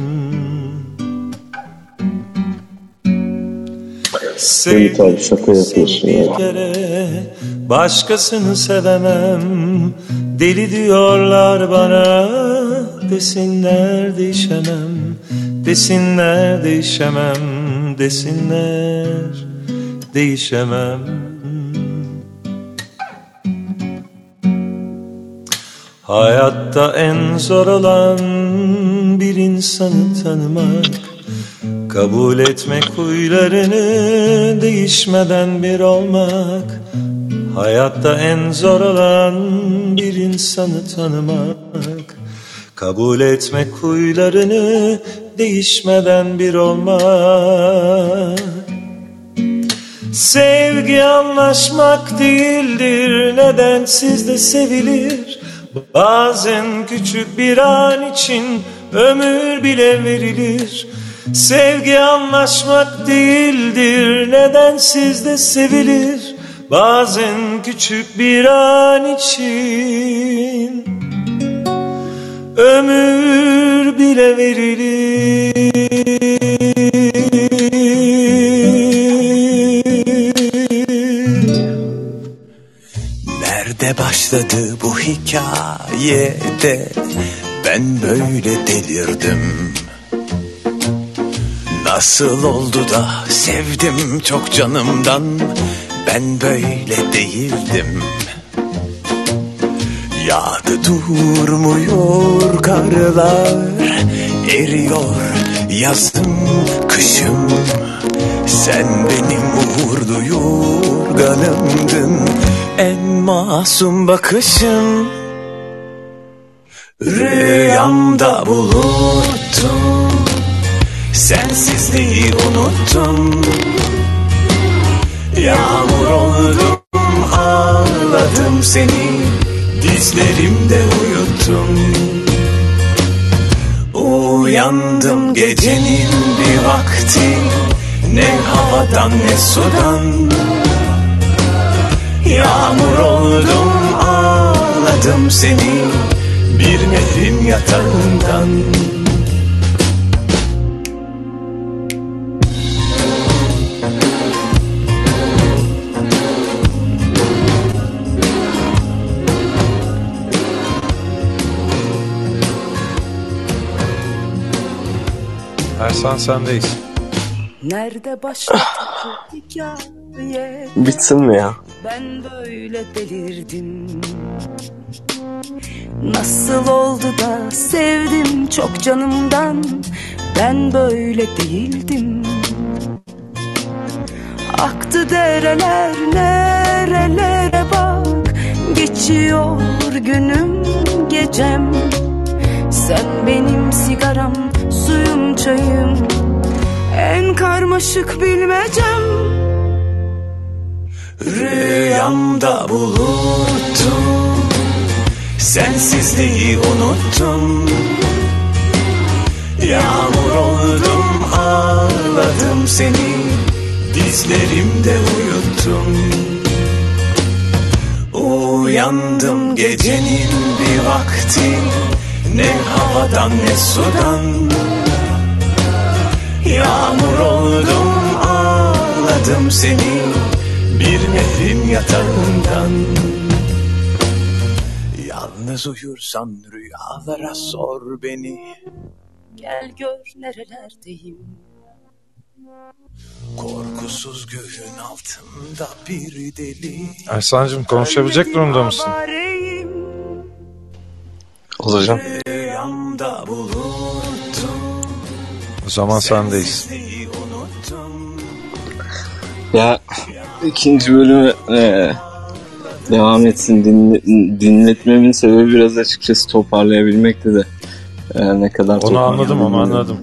Seni tabii şaka yapıyorsun bir ya. kere, başkasını sevemem. Deli diyorlar bana, desinler değişemem. Desinler değişemem, desinler değişemem. Hayatta en zor olan bir insanı tanımak, kabul etmek huylarını, değişmeden bir olmak. Hayatta en zor olan bir insanı tanımak, kabul etmek huylarını, değişmeden bir olmak. Sevgi anlaşmak değildir, nedensiz de sevilir. Bazen küçük bir an için ömür bile verilir. Sevgi anlaşmak değildir, nedensiz de sevilir. Bazen küçük bir an için ömür bile verilir. Nerede başladı bu hikayede ben böyle delirdim? Nasıl oldu da sevdim çok canımdan, ben böyle değildim. Yağdı durmuyor karlar, eriyor yazım kışım. Sen benim uğurlu yorganımdın, en masum bakışım. Rüyamda buluttum, sensizliği unuttum. Yağmur oldum, ağladım seni, dizlerimde uyuttum. Uyandım gecenin bir vakti, ne havadan ne sudan. Yağmur oldum, ağladım seni, bir nehrin yatağından. Ersan sendeyiz. Nerede başladı bu hikaye? Bitsin mi ya? Ben böyle delirdim. Nasıl oldu da sevdim çok canımdan, ben böyle değildim. Aktı dereler nerelere bak, geçiyor günüm gecem. Sen benim sigaram, suyum, çayım, en karmaşık bilmecem. Rüyamda buluttum, sensizliği unuttum. Yağmur oldum, ağladım seni, dizlerimde uyuttum. Uyandım gecenin bir vakti, ne havadan ne sudan. Yağmur oldum, ağladım seni, bir nehrin yatağından. Yalnız uyursan rüyalara sor beni. Gel gör nerelerdeyim. Korkusuz göğün altında bir deli. Ersan'cığım konuşabilecek durumda mısın? Olacağım. Rüyamda buluttum, O zaman sendeyiz. Ya ikinci bölümü e, devam etsin dinle, dinletmemin sebebi biraz açıkçası toparlayabilmekti de e, ne kadar onu anladım onu anladım.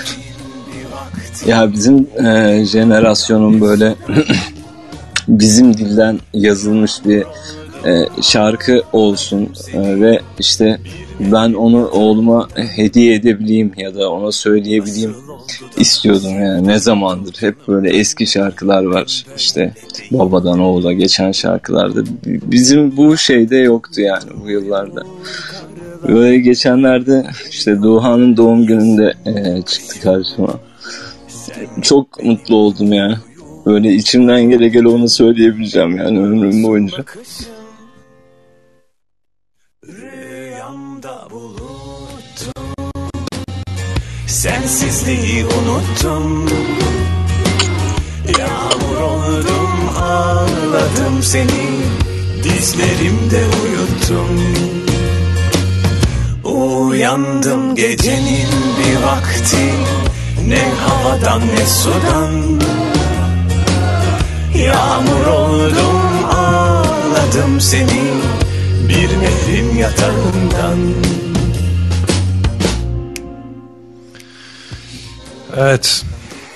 Ya bizim e, jenerasyonun böyle bizim dilden yazılmış bir e, şarkı olsun e, ve işte ben onu oğluma hediye edebileyim ya da ona söyleyebileyim istiyordum yani. Ne zamandır hep böyle eski şarkılar var işte, babadan oğula geçen şarkılarda. Bizim bu şeyde yoktu yani bu yıllarda. Böyle geçenlerde işte Doğan'ın doğum gününde e, çıktı karşıma. Çok mutlu oldum ya. Böyle içimden gele gele onu söyleyebileceğim yani ömrüm boyunca. Rüyamda buluttum, sensizliği unuttum. Yağmur oldum, ağladım seni, dizlerimde uyuttum. Uyandım gecenin bir vakti, ne havadan ne sudan. Yağmur oldum, ağladım seni, bir nehrin yatağından. Evet.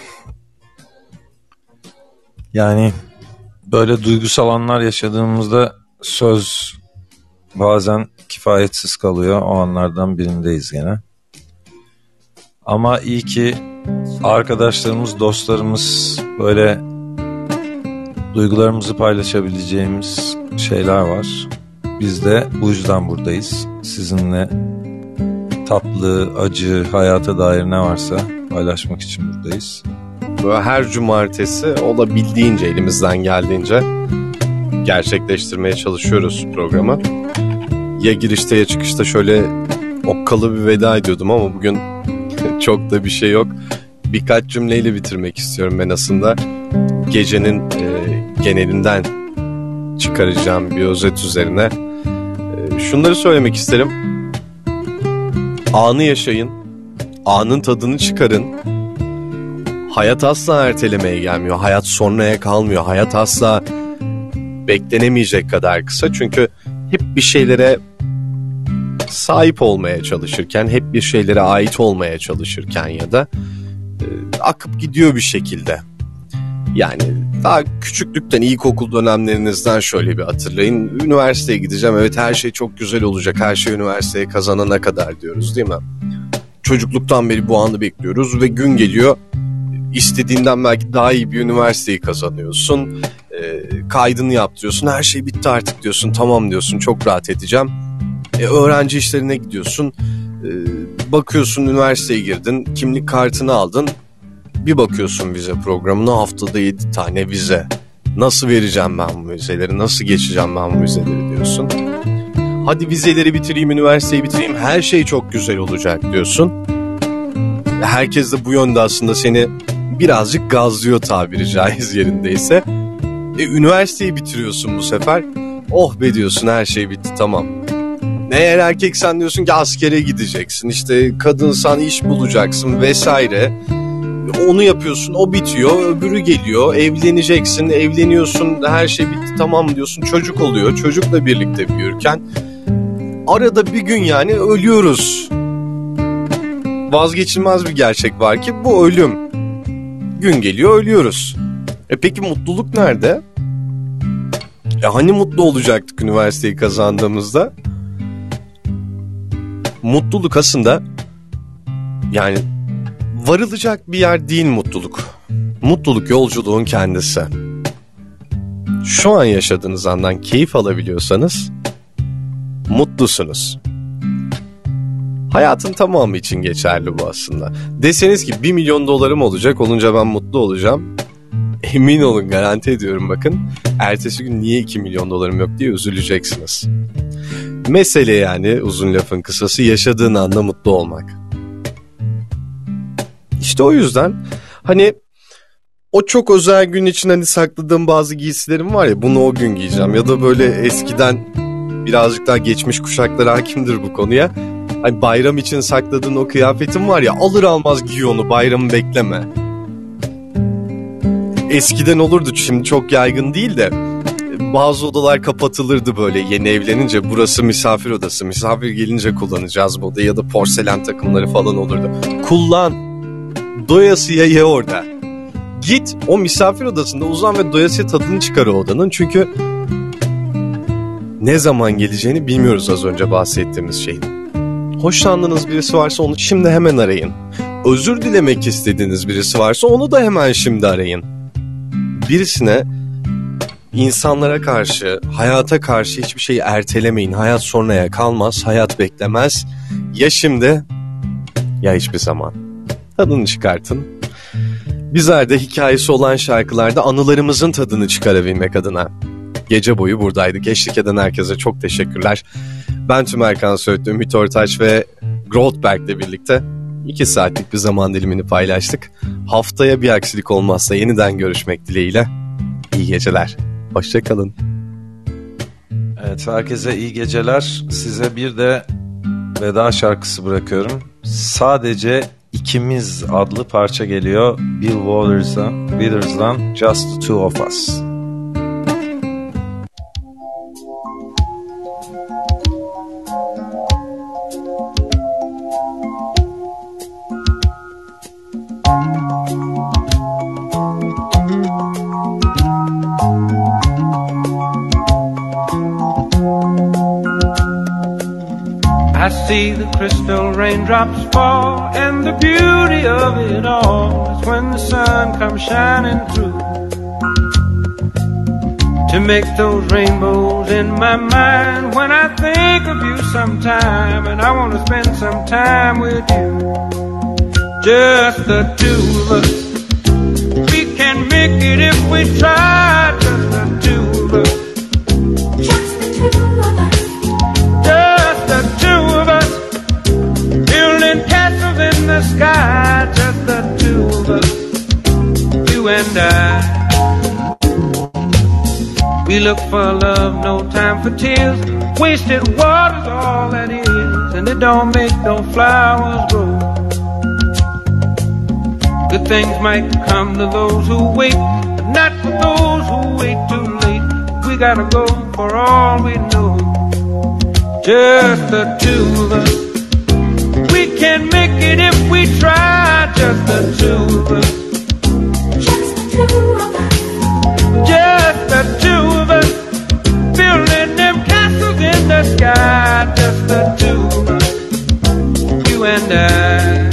Yani böyle duygusal anlar yaşadığımızda söz bazen kifayetsiz kalıyor. O anlardan birindeyiz gene. Ama iyi ki arkadaşlarımız, dostlarımız, böyle duygularımızı paylaşabileceğimiz şeyler var. Biz de bu yüzden buradayız. Sizinle tatlı, acı, hayata dair ne varsa paylaşmak için buradayız. Böyle her cumartesi olabildiğince, elimizden geldiğince gerçekleştirmeye çalışıyoruz programı. Ya girişte ya çıkışta şöyle okkalı bir veda ediyordum ama bugün çok da bir şey yok. Birkaç cümleyle bitirmek istiyorum ben aslında. Gecenin e, genelinden çıkaracağım bir özet üzerine. E, şunları söylemek isterim. Anı yaşayın. Anın tadını çıkarın. Hayat asla ertelemeye gelmiyor. Hayat sonraya kalmıyor. Hayat asla beklenemeyecek kadar kısa. Çünkü hep bir şeylere sahip olmaya çalışırken, hep bir şeylere ait olmaya çalışırken ya da e, akıp gidiyor bir şekilde. Yani daha küçüklükten, ilkokul dönemlerinizden şöyle bir hatırlayın. Üniversiteye gideceğim, evet her şey çok güzel olacak, her şey üniversiteye kazanana kadar diyoruz değil mi? Çocukluktan beri bu anı bekliyoruz ve gün geliyor, istediğinden belki daha iyi bir üniversiteyi kazanıyorsun. E, kaydını yaptırıyorsun, her şey bitti artık diyorsun, tamam diyorsun, çok rahat edeceğim. E, öğrenci işlerine gidiyorsun, e, bakıyorsun üniversiteye girdin, kimlik kartını aldın, bir bakıyorsun vize programına, haftada yedi tane vize. Nasıl vereceğim ben bu vizeleri, nasıl geçeceğim ben bu vizeleri diyorsun. Hadi vizeleri bitireyim, üniversiteyi bitireyim, her şey çok güzel olacak diyorsun. Herkes de bu yönde aslında seni birazcık gazlıyor tabiri caiz yerindeyse. E, üniversiteyi bitiriyorsun bu sefer, oh be diyorsun, her şey bitti, tamam. Eğer erkeksen diyorsun ki askere gideceksin, işte kadınsan iş bulacaksın vesaire. onu yapıyorsun, o bitiyor, öbürü geliyor, evleneceksin, evleniyorsun, her şey bitti tamam diyorsun, çocuk oluyor, çocukla birlikte büyürken arada bir gün yani ölüyoruz. Vazgeçilmez bir gerçek var ki bu ölüm. Gün geliyor ölüyoruz. E peki mutluluk nerede? Ya hani mutlu olacaktık üniversiteyi kazandığımızda? Mutluluk aslında yani varılacak bir yer değil mutluluk. Mutluluk yolculuğun kendisi. Şu an yaşadığınız andan keyif alabiliyorsanız mutlusunuz. Hayatın tamamı için geçerli bu aslında. Deseniz ki bir milyon dolarım olacak, olunca ben mutlu olacağım. Emin olun, garanti ediyorum bakın. Ertesi gün niye iki milyon dolarım yok diye üzüleceksiniz. Mesele yani uzun lafın kısası yaşadığın anda mutlu olmak. İşte o yüzden hani o çok özel gün için hani sakladığım bazı giysilerim var ya, bunu o gün giyeceğim. Ya da böyle eskiden birazcık daha geçmiş kuşaklar hakimdir bu konuya. Hani bayram için sakladığın o kıyafetin var ya, alır almaz giy onu, bayramı bekleme. Eskiden olurdu, şimdi çok yaygın değil de bazı odalar kapatılırdı böyle yeni evlenince, burası misafir odası, misafir gelince kullanacağız bu odayı, ya da porselen takımları falan olurdu. Kullan, doyasıya ye orada. Git o misafir odasında uzan ve doyasıya tadını çıkar o odanın, çünkü ne zaman geleceğini bilmiyoruz az önce bahsettiğimiz şeyin. Hoşlandığınız birisi varsa onu şimdi hemen arayın. Özür dilemek istediğiniz birisi varsa onu da hemen şimdi arayın. Birisine, insanlara karşı, hayata karşı hiçbir şeyi ertelemeyin. Hayat sonraya kalmaz, hayat beklemez. Ya şimdi ya hiçbir zaman. Tadını çıkartın. Bizler de hikayesi olan şarkılarda anılarımızın tadını çıkarabilmek adına gece boyu buradaydık. Eşlik eden herkese çok teşekkürler. Ben Tüm Erkan Söğütlü, Ümit Ortaç ve Grothberg'le birlikte iki saatlik bir zaman dilimini paylaştık. Haftaya bir aksilik olmazsa yeniden görüşmek dileğiyle. İyi geceler. Hoşça kalın. Evet, herkese iyi geceler. Size bir de veda şarkısı bırakıyorum. Sadece İkimiz adlı parça geliyor. Bill Withers'dan, Withers'dan Just the Two of Us. I see the crystal raindrops fall, and the beauty of it all is when the sun comes shining through to make those rainbows in my mind. When I think of you sometime, and I want to spend some time with you, just the two of us. We can make it if we try, just the two of us. Just the two of us. Just the two of us. Building castles in the sky, just the two of us. You and I. We look for love, no time for tears. Wasted water's all that is, and it don't make no flowers grow. Good things might come to those who wait, but not for those who wait too late. We gotta go for all we know. Just the two of us. We can make it if we try. Just the two of us. Just the two of us. Just the two of us. Building them castles in the sky. Just the two of us. You and I.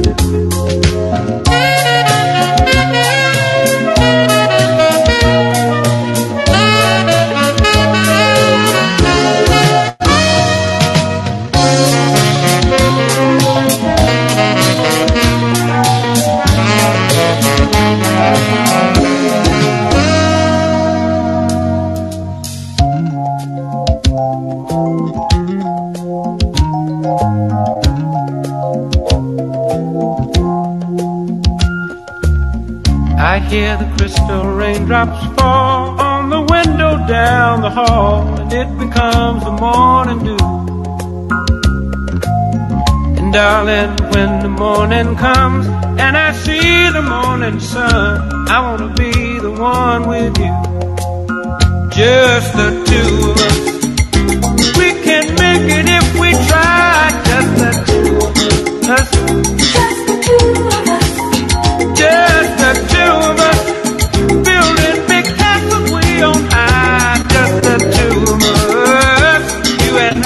I hear the crystal raindrops fall on the window down the hall, and it becomes the morning dew. And Darling, when the morning comes and I see the morning sun, I wanna be the one with you, just the two of us. We can make it if we try, just the two of us. Just the two of us. Just the two of us. Building big castles way on high, just the two of us, you and I.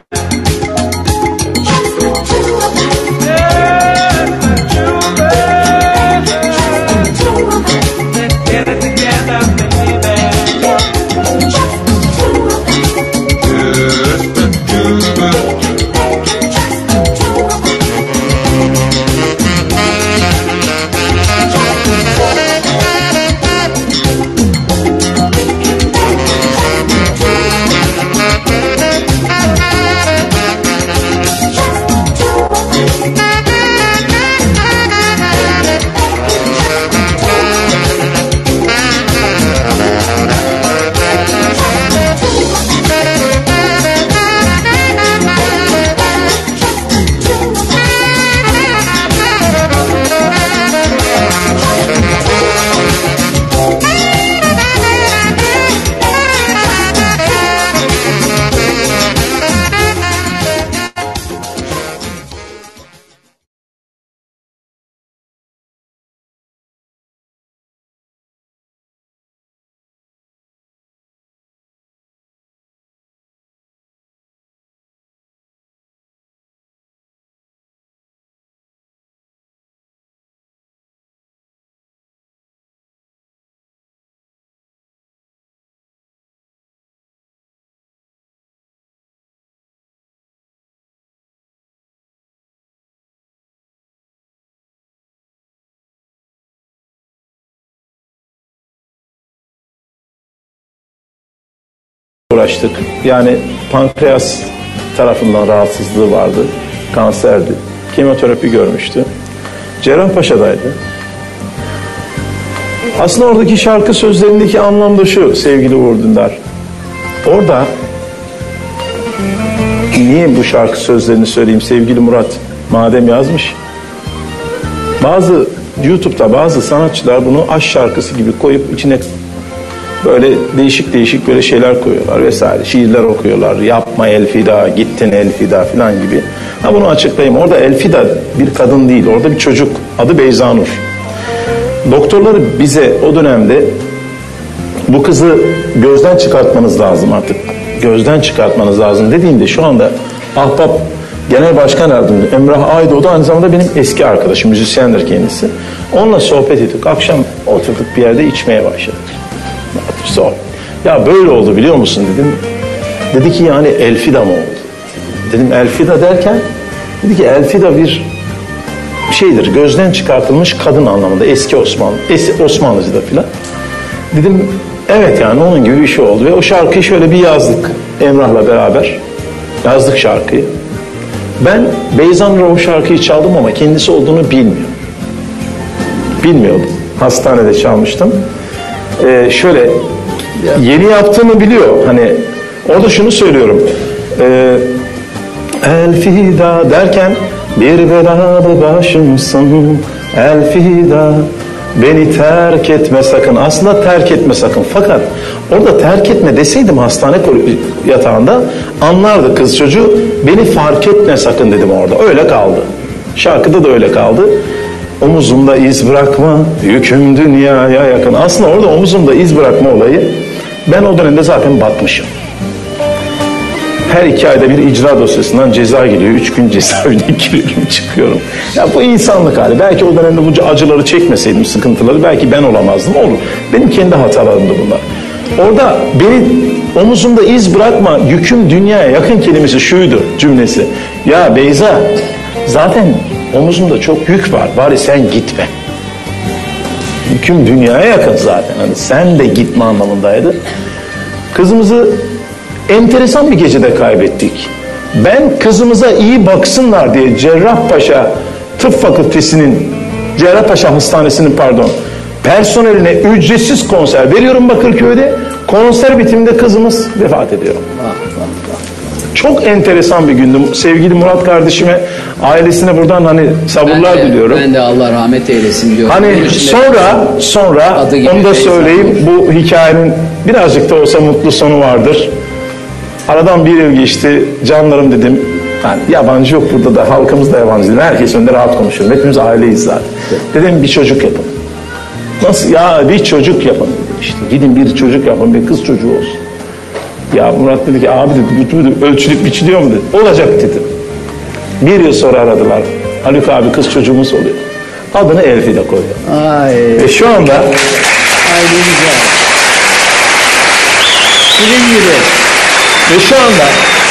Uğraştık. Yani pankreas tarafından rahatsızlığı vardı. Kanserdi. Kemoterapi görmüştü. Cerrahpaşa'daydı. Aslında oradaki şarkı sözlerindeki anlam da şu sevgili Uğur Dündar. Orada niye bu şarkı sözlerini söyleyeyim sevgili Murat madem yazmış. Bazı YouTube'da bazı sanatçılar bunu aşk şarkısı gibi koyup içine böyle değişik değişik böyle şeyler koyuyorlar vesaire. Şiirler okuyorlar. Yapma Elfida, gittin Elfida falan gibi. Ha bunu açıklayayım. Orada Elfida bir kadın değil. Orada bir çocuk. Adı Beyza Nur. Doktorları bize o dönemde bu kızı gözden çıkartmanız lazım artık. Gözden çıkartmanız lazım dediğimde şu anda Ahbap Genel Başkan Yardımcısı Emrah Aydoğdu aynı zamanda benim eski arkadaşım. Müzisyendir kendisi. Onunla sohbet ettik. Akşam oturduk bir yerde içmeye başladık. Sor. Ya böyle oldu biliyor musun dedim. Dedi ki yani Elfida mı oldu? Dedim Elfida derken dedi ki Elfida bir şeydir gözden çıkartılmış kadın anlamında eski Osmanlı eski Osmanlıcı'da filan. Dedim evet yani onun gibi bir şey oldu ve o şarkıyı şöyle bir yazdık Emrah'la beraber. Yazdık şarkıyı. Ben Beyza Nur'a o şarkıyı çaldım ama kendisi olduğunu bilmiyorum. Bilmiyordum. Hastanede çalmıştım. Ee, şöyle yeni yaptığımı biliyor. Hani orada şunu söylüyorum. Ee, Elfida derken bir belalı başımsın. Elfida beni terk etme sakın. Aslında terk etme sakın. Fakat orada terk etme deseydim hastane yatağında anlardı kız çocuğu. Beni fark etme sakın dedim orada. Öyle kaldı. Şarkıda da öyle kaldı. Omuzumda iz bırakma, yüküm dünyaya yakın. Aslında orada omuzumda iz bırakma olayı, ben o dönemde zaten batmışım. Her iki ayda bir icra dosyasından ceza geliyor. Üç gün cezaevine giriyorum, çıkıyorum. Ya bu insanlık hali. Belki o dönemde bu acıları çekmeseydim, sıkıntıları, belki ben olamazdım. Olur. Benim kendi hatalarımdı bunlar. Orada beni omuzumda iz bırakma, yüküm dünyaya yakın kelimesi şuydu, cümlesi. Ya Beyza, zaten omuzumda çok yük var. Bari sen gitme. Yüküm dünyaya yakın zaten. Hani sen de gitme anlamındaydı. Kızımızı enteresan bir gecede kaybettik. Ben kızımıza iyi baksınlar diye Cerrahpaşa Tıp Fakültesi'nin, Cerrahpaşa Hastanesi'nin pardon, personeline ücretsiz konser veriyorum Bakırköy'de. Konser bitiminde kızımız vefat ediyor. Çok enteresan bir gündü. Sevgili Murat kardeşime, ailesine buradan hani sabırlar ben de, diliyorum. Ben de Allah rahmet eylesin diyorum. Hani sonra sonra onu da söyleyeyim, bu hikayenin birazcık da olsa mutlu sonu vardır. Aradan bir yıl geçti, canlarım dedim. Yani yabancı yok burada da, halkımız da yabancı değil. Herkes önünde rahat konuşuyorum. Hepimiz aileyiz zaten. Dedim bir çocuk yapın. Nasıl? Ya bir çocuk yapın dedim işte. Gidin bir çocuk yapın, bir kız çocuğu olsun. Ya Murat dedi ki abi dedi, bu dedi, ölçülüp biçiliyor mu dedi. Olacak dedim. Bir yıl sonra aradılar. Haluk abi kız çocuğumuz oluyor. Adını Elfide koydu. Ay. Ve şu anda Ay ne güzel. Film gibi. Ve şu anda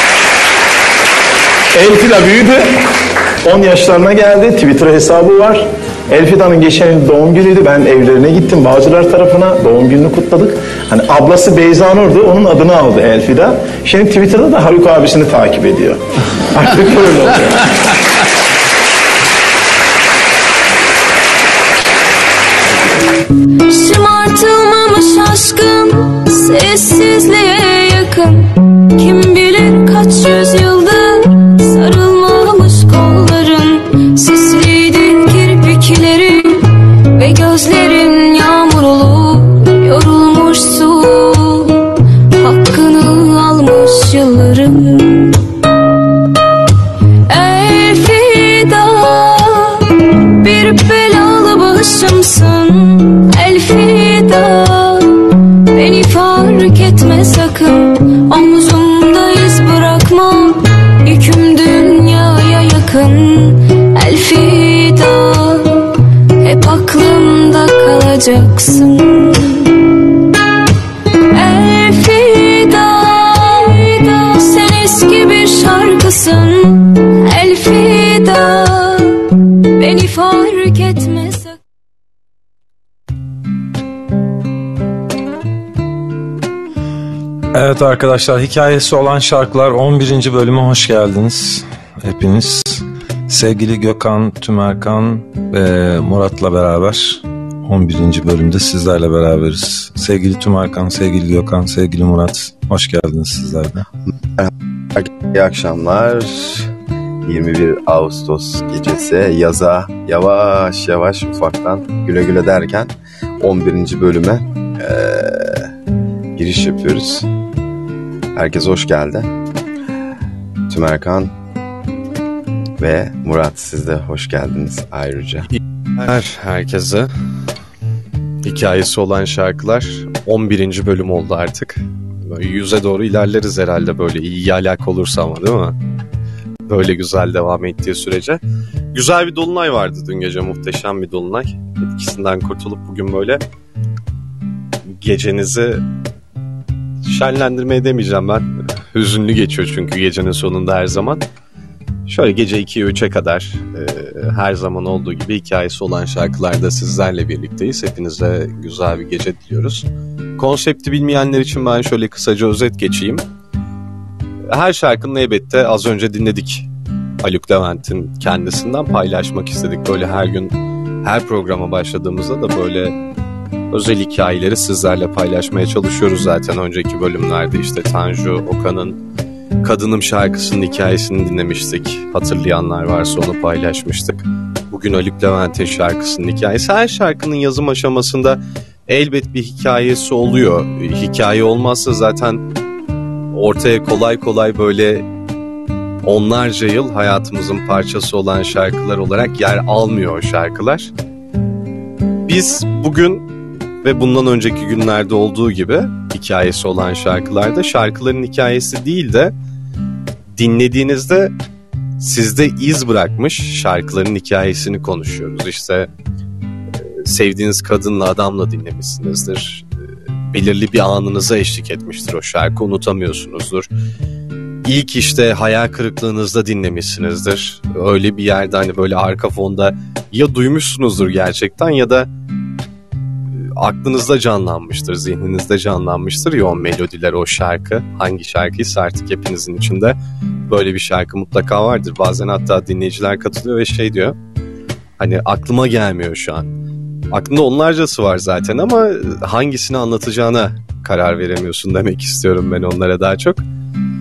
Elfida büyüdü. on yaşlarına geldi. Twitter hesabı var. Elfida'nın geçen doğum günüydü. Ben evlerine gittim. Bağcılar tarafına. Doğum gününü kutladık. Hani ablası Beyza Nur'du. Onun adını aldı Elfida. Şimdi Twitter'da da Haluk abisini takip ediyor. Artık böyle oluyor. Şımartılmamış aşkın sessizliğe yakın. Kim bilir kaç yüzyıldır sarılmamış kolların. Sisliydi kirpiklerin ve gözlerin yağmur olup yorulmuşsun. Hakkını almış yılların. Elfida bir belalı başımsın. Elfida beni fark etme sakın. Omzumda iz bırakma, yüküm dünyaya yakın. Elfida hep aklımda kalacaksın. Elfida sen eski bir şarkısın. Elfida beni fark etme sakın. Evet arkadaşlar, hikayesi olan şarkılar on birinci bölüme hoş geldiniz hepiniz. Sevgili Gökhan, Tümerkan ve Murat'la beraber on birinci bölümde sizlerle beraberiz. Sevgili Tümerkan, sevgili Gökhan, sevgili Murat, hoş geldiniz sizler de. İyi akşamlar. yirmi bir Ağustos gecesi, yaza yavaş yavaş ufaktan güle güle derken on birinci bölüme ee, giriş yapıyoruz. Herkes hoş geldi. Tümerkan ve Murat, siz de hoş geldiniz ayrıca. Her herkese hikayesi olan şarkılar on birinci bölüm oldu artık. Böyle yüze doğru ilerleriz herhalde, böyle iyi alak olursa ama, değil mi? Böyle güzel devam ettiği sürece. Güzel bir dolunay vardı dün gece, muhteşem bir dolunay. Etkisinden kurtulup bugün böyle gecenizi şenlendirmeye demeyeceğim ben. Hüzünlü geçiyor çünkü gecenin sonunda her zaman. Şöyle gece ikiye üçe kadar e, her zaman olduğu gibi hikayesi olan şarkılarda sizlerle birlikteyiz. Hepinize güzel bir gece diliyoruz. Konsepti bilmeyenler için ben şöyle kısaca özet geçeyim. Her şarkının elbette az önce dinledik. Haluk Levent'in kendisinden paylaşmak istedik. Böyle her gün, her programa başladığımızda da böyle özel hikayeleri sizlerle paylaşmaya çalışıyoruz zaten. Önceki bölümlerde işte Tanju Okan'ın Kadınım şarkısının hikayesini dinlemiştik. Hatırlayanlar varsa onu paylaşmıştık. Bugün Haluk Levent'in şarkısının hikayesi. Her şarkının yazım aşamasında elbet bir hikayesi oluyor. Hikaye olmazsa zaten ortaya kolay kolay böyle onlarca yıl hayatımızın parçası olan şarkılar olarak yer almıyor o şarkılar. Biz bugün ve bundan önceki günlerde olduğu gibi hikayesi olan şarkılarda şarkıların hikayesi değil de dinlediğinizde sizde iz bırakmış şarkıların hikayesini konuşuyoruz. İşte sevdiğiniz kadınla, adamla dinlemişsinizdir. Belirli bir anınıza eşlik etmiştir o şarkı, unutamıyorsunuzdur. İlk işte hayal kırıklığınızda dinlemişsinizdir. Öyle bir yerde hani böyle arka fonda ya duymuşsunuzdur gerçekten ya da aklınızda canlanmıştır, zihninizde canlanmıştır ya o melodiler, o şarkı. Hangi şarkıysa artık hepinizin içinde böyle bir şarkı mutlaka vardır. Bazen hatta dinleyiciler katılıyor ve şey diyor, hani aklıma gelmiyor şu an. Aklında onlarcası var zaten ama hangisini anlatacağına karar veremiyorsun demek istiyorum ben onlara daha çok.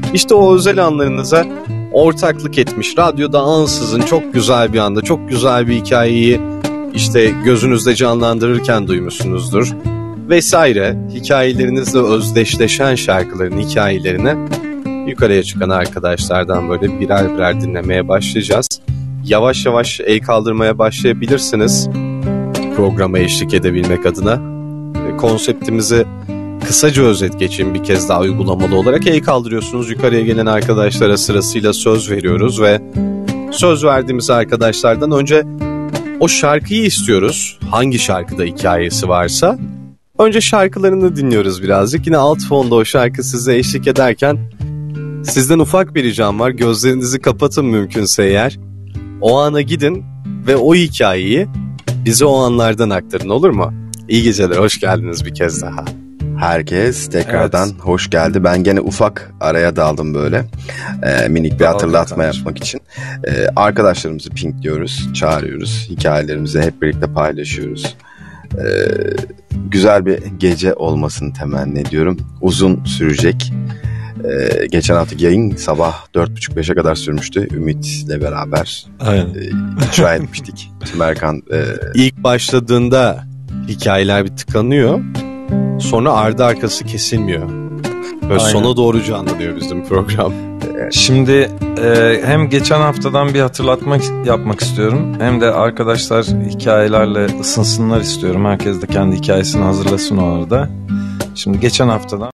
İşte o özel anlarınıza ortaklık etmiş. Radyoda ansızın çok güzel bir anda, çok güzel bir hikayeyi işte gözünüzde canlandırırken duymuşsunuzdur. Vesaire, hikayelerinizle özdeşleşen şarkıların hikayelerini yukarıya çıkan arkadaşlardan böyle birer birer dinlemeye başlayacağız. Yavaş yavaş el kaldırmaya başlayabilirsiniz programa eşlik edebilmek adına. Konseptimizi kısaca özet geçeyim bir kez daha uygulamalı olarak. El kaldırıyorsunuz, yukarıya gelen arkadaşlara sırasıyla söz veriyoruz ve söz verdiğimiz arkadaşlardan önce o şarkıyı istiyoruz. Hangi şarkıda hikayesi varsa önce şarkılarını dinliyoruz birazcık. Yine alt fonda o şarkı size eşlik ederken sizden ufak bir ricam var. Gözlerinizi kapatın mümkünse eğer. O ana gidin ve o hikayeyi bize o anlardan aktarın, olur mu? İyi geceler, hoş geldiniz bir kez daha. Herkes tekrardan evet. Hoş geldi. Ben gene ufak araya daldım böyle. Ee, minik bir hatırlatma yapmak için. Ee, arkadaşlarımızı pinkliyoruz, çağırıyoruz. Hikayelerimizi hep birlikte paylaşıyoruz. Ee, güzel bir gece olmasını temenni ediyorum. Uzun sürecek. Ee, geçen haftaki yayın sabah dört buçuk beşe kadar sürmüştü. Ümit'le beraber e, icra etmiştik. Tümerkan e... İlk başladığında hikayeler bir tıkanıyor. Sonra ardı arkası kesilmiyor. Böyle Aynen. Sona doğru canlanıyor bizim program. Şimdi e, hem geçen haftadan bir hatırlatma yapmak istiyorum. Hem de arkadaşlar hikayelerle ısınsınlar istiyorum. Herkes de kendi hikayesini hazırlasın o arada. Şimdi geçen haftadan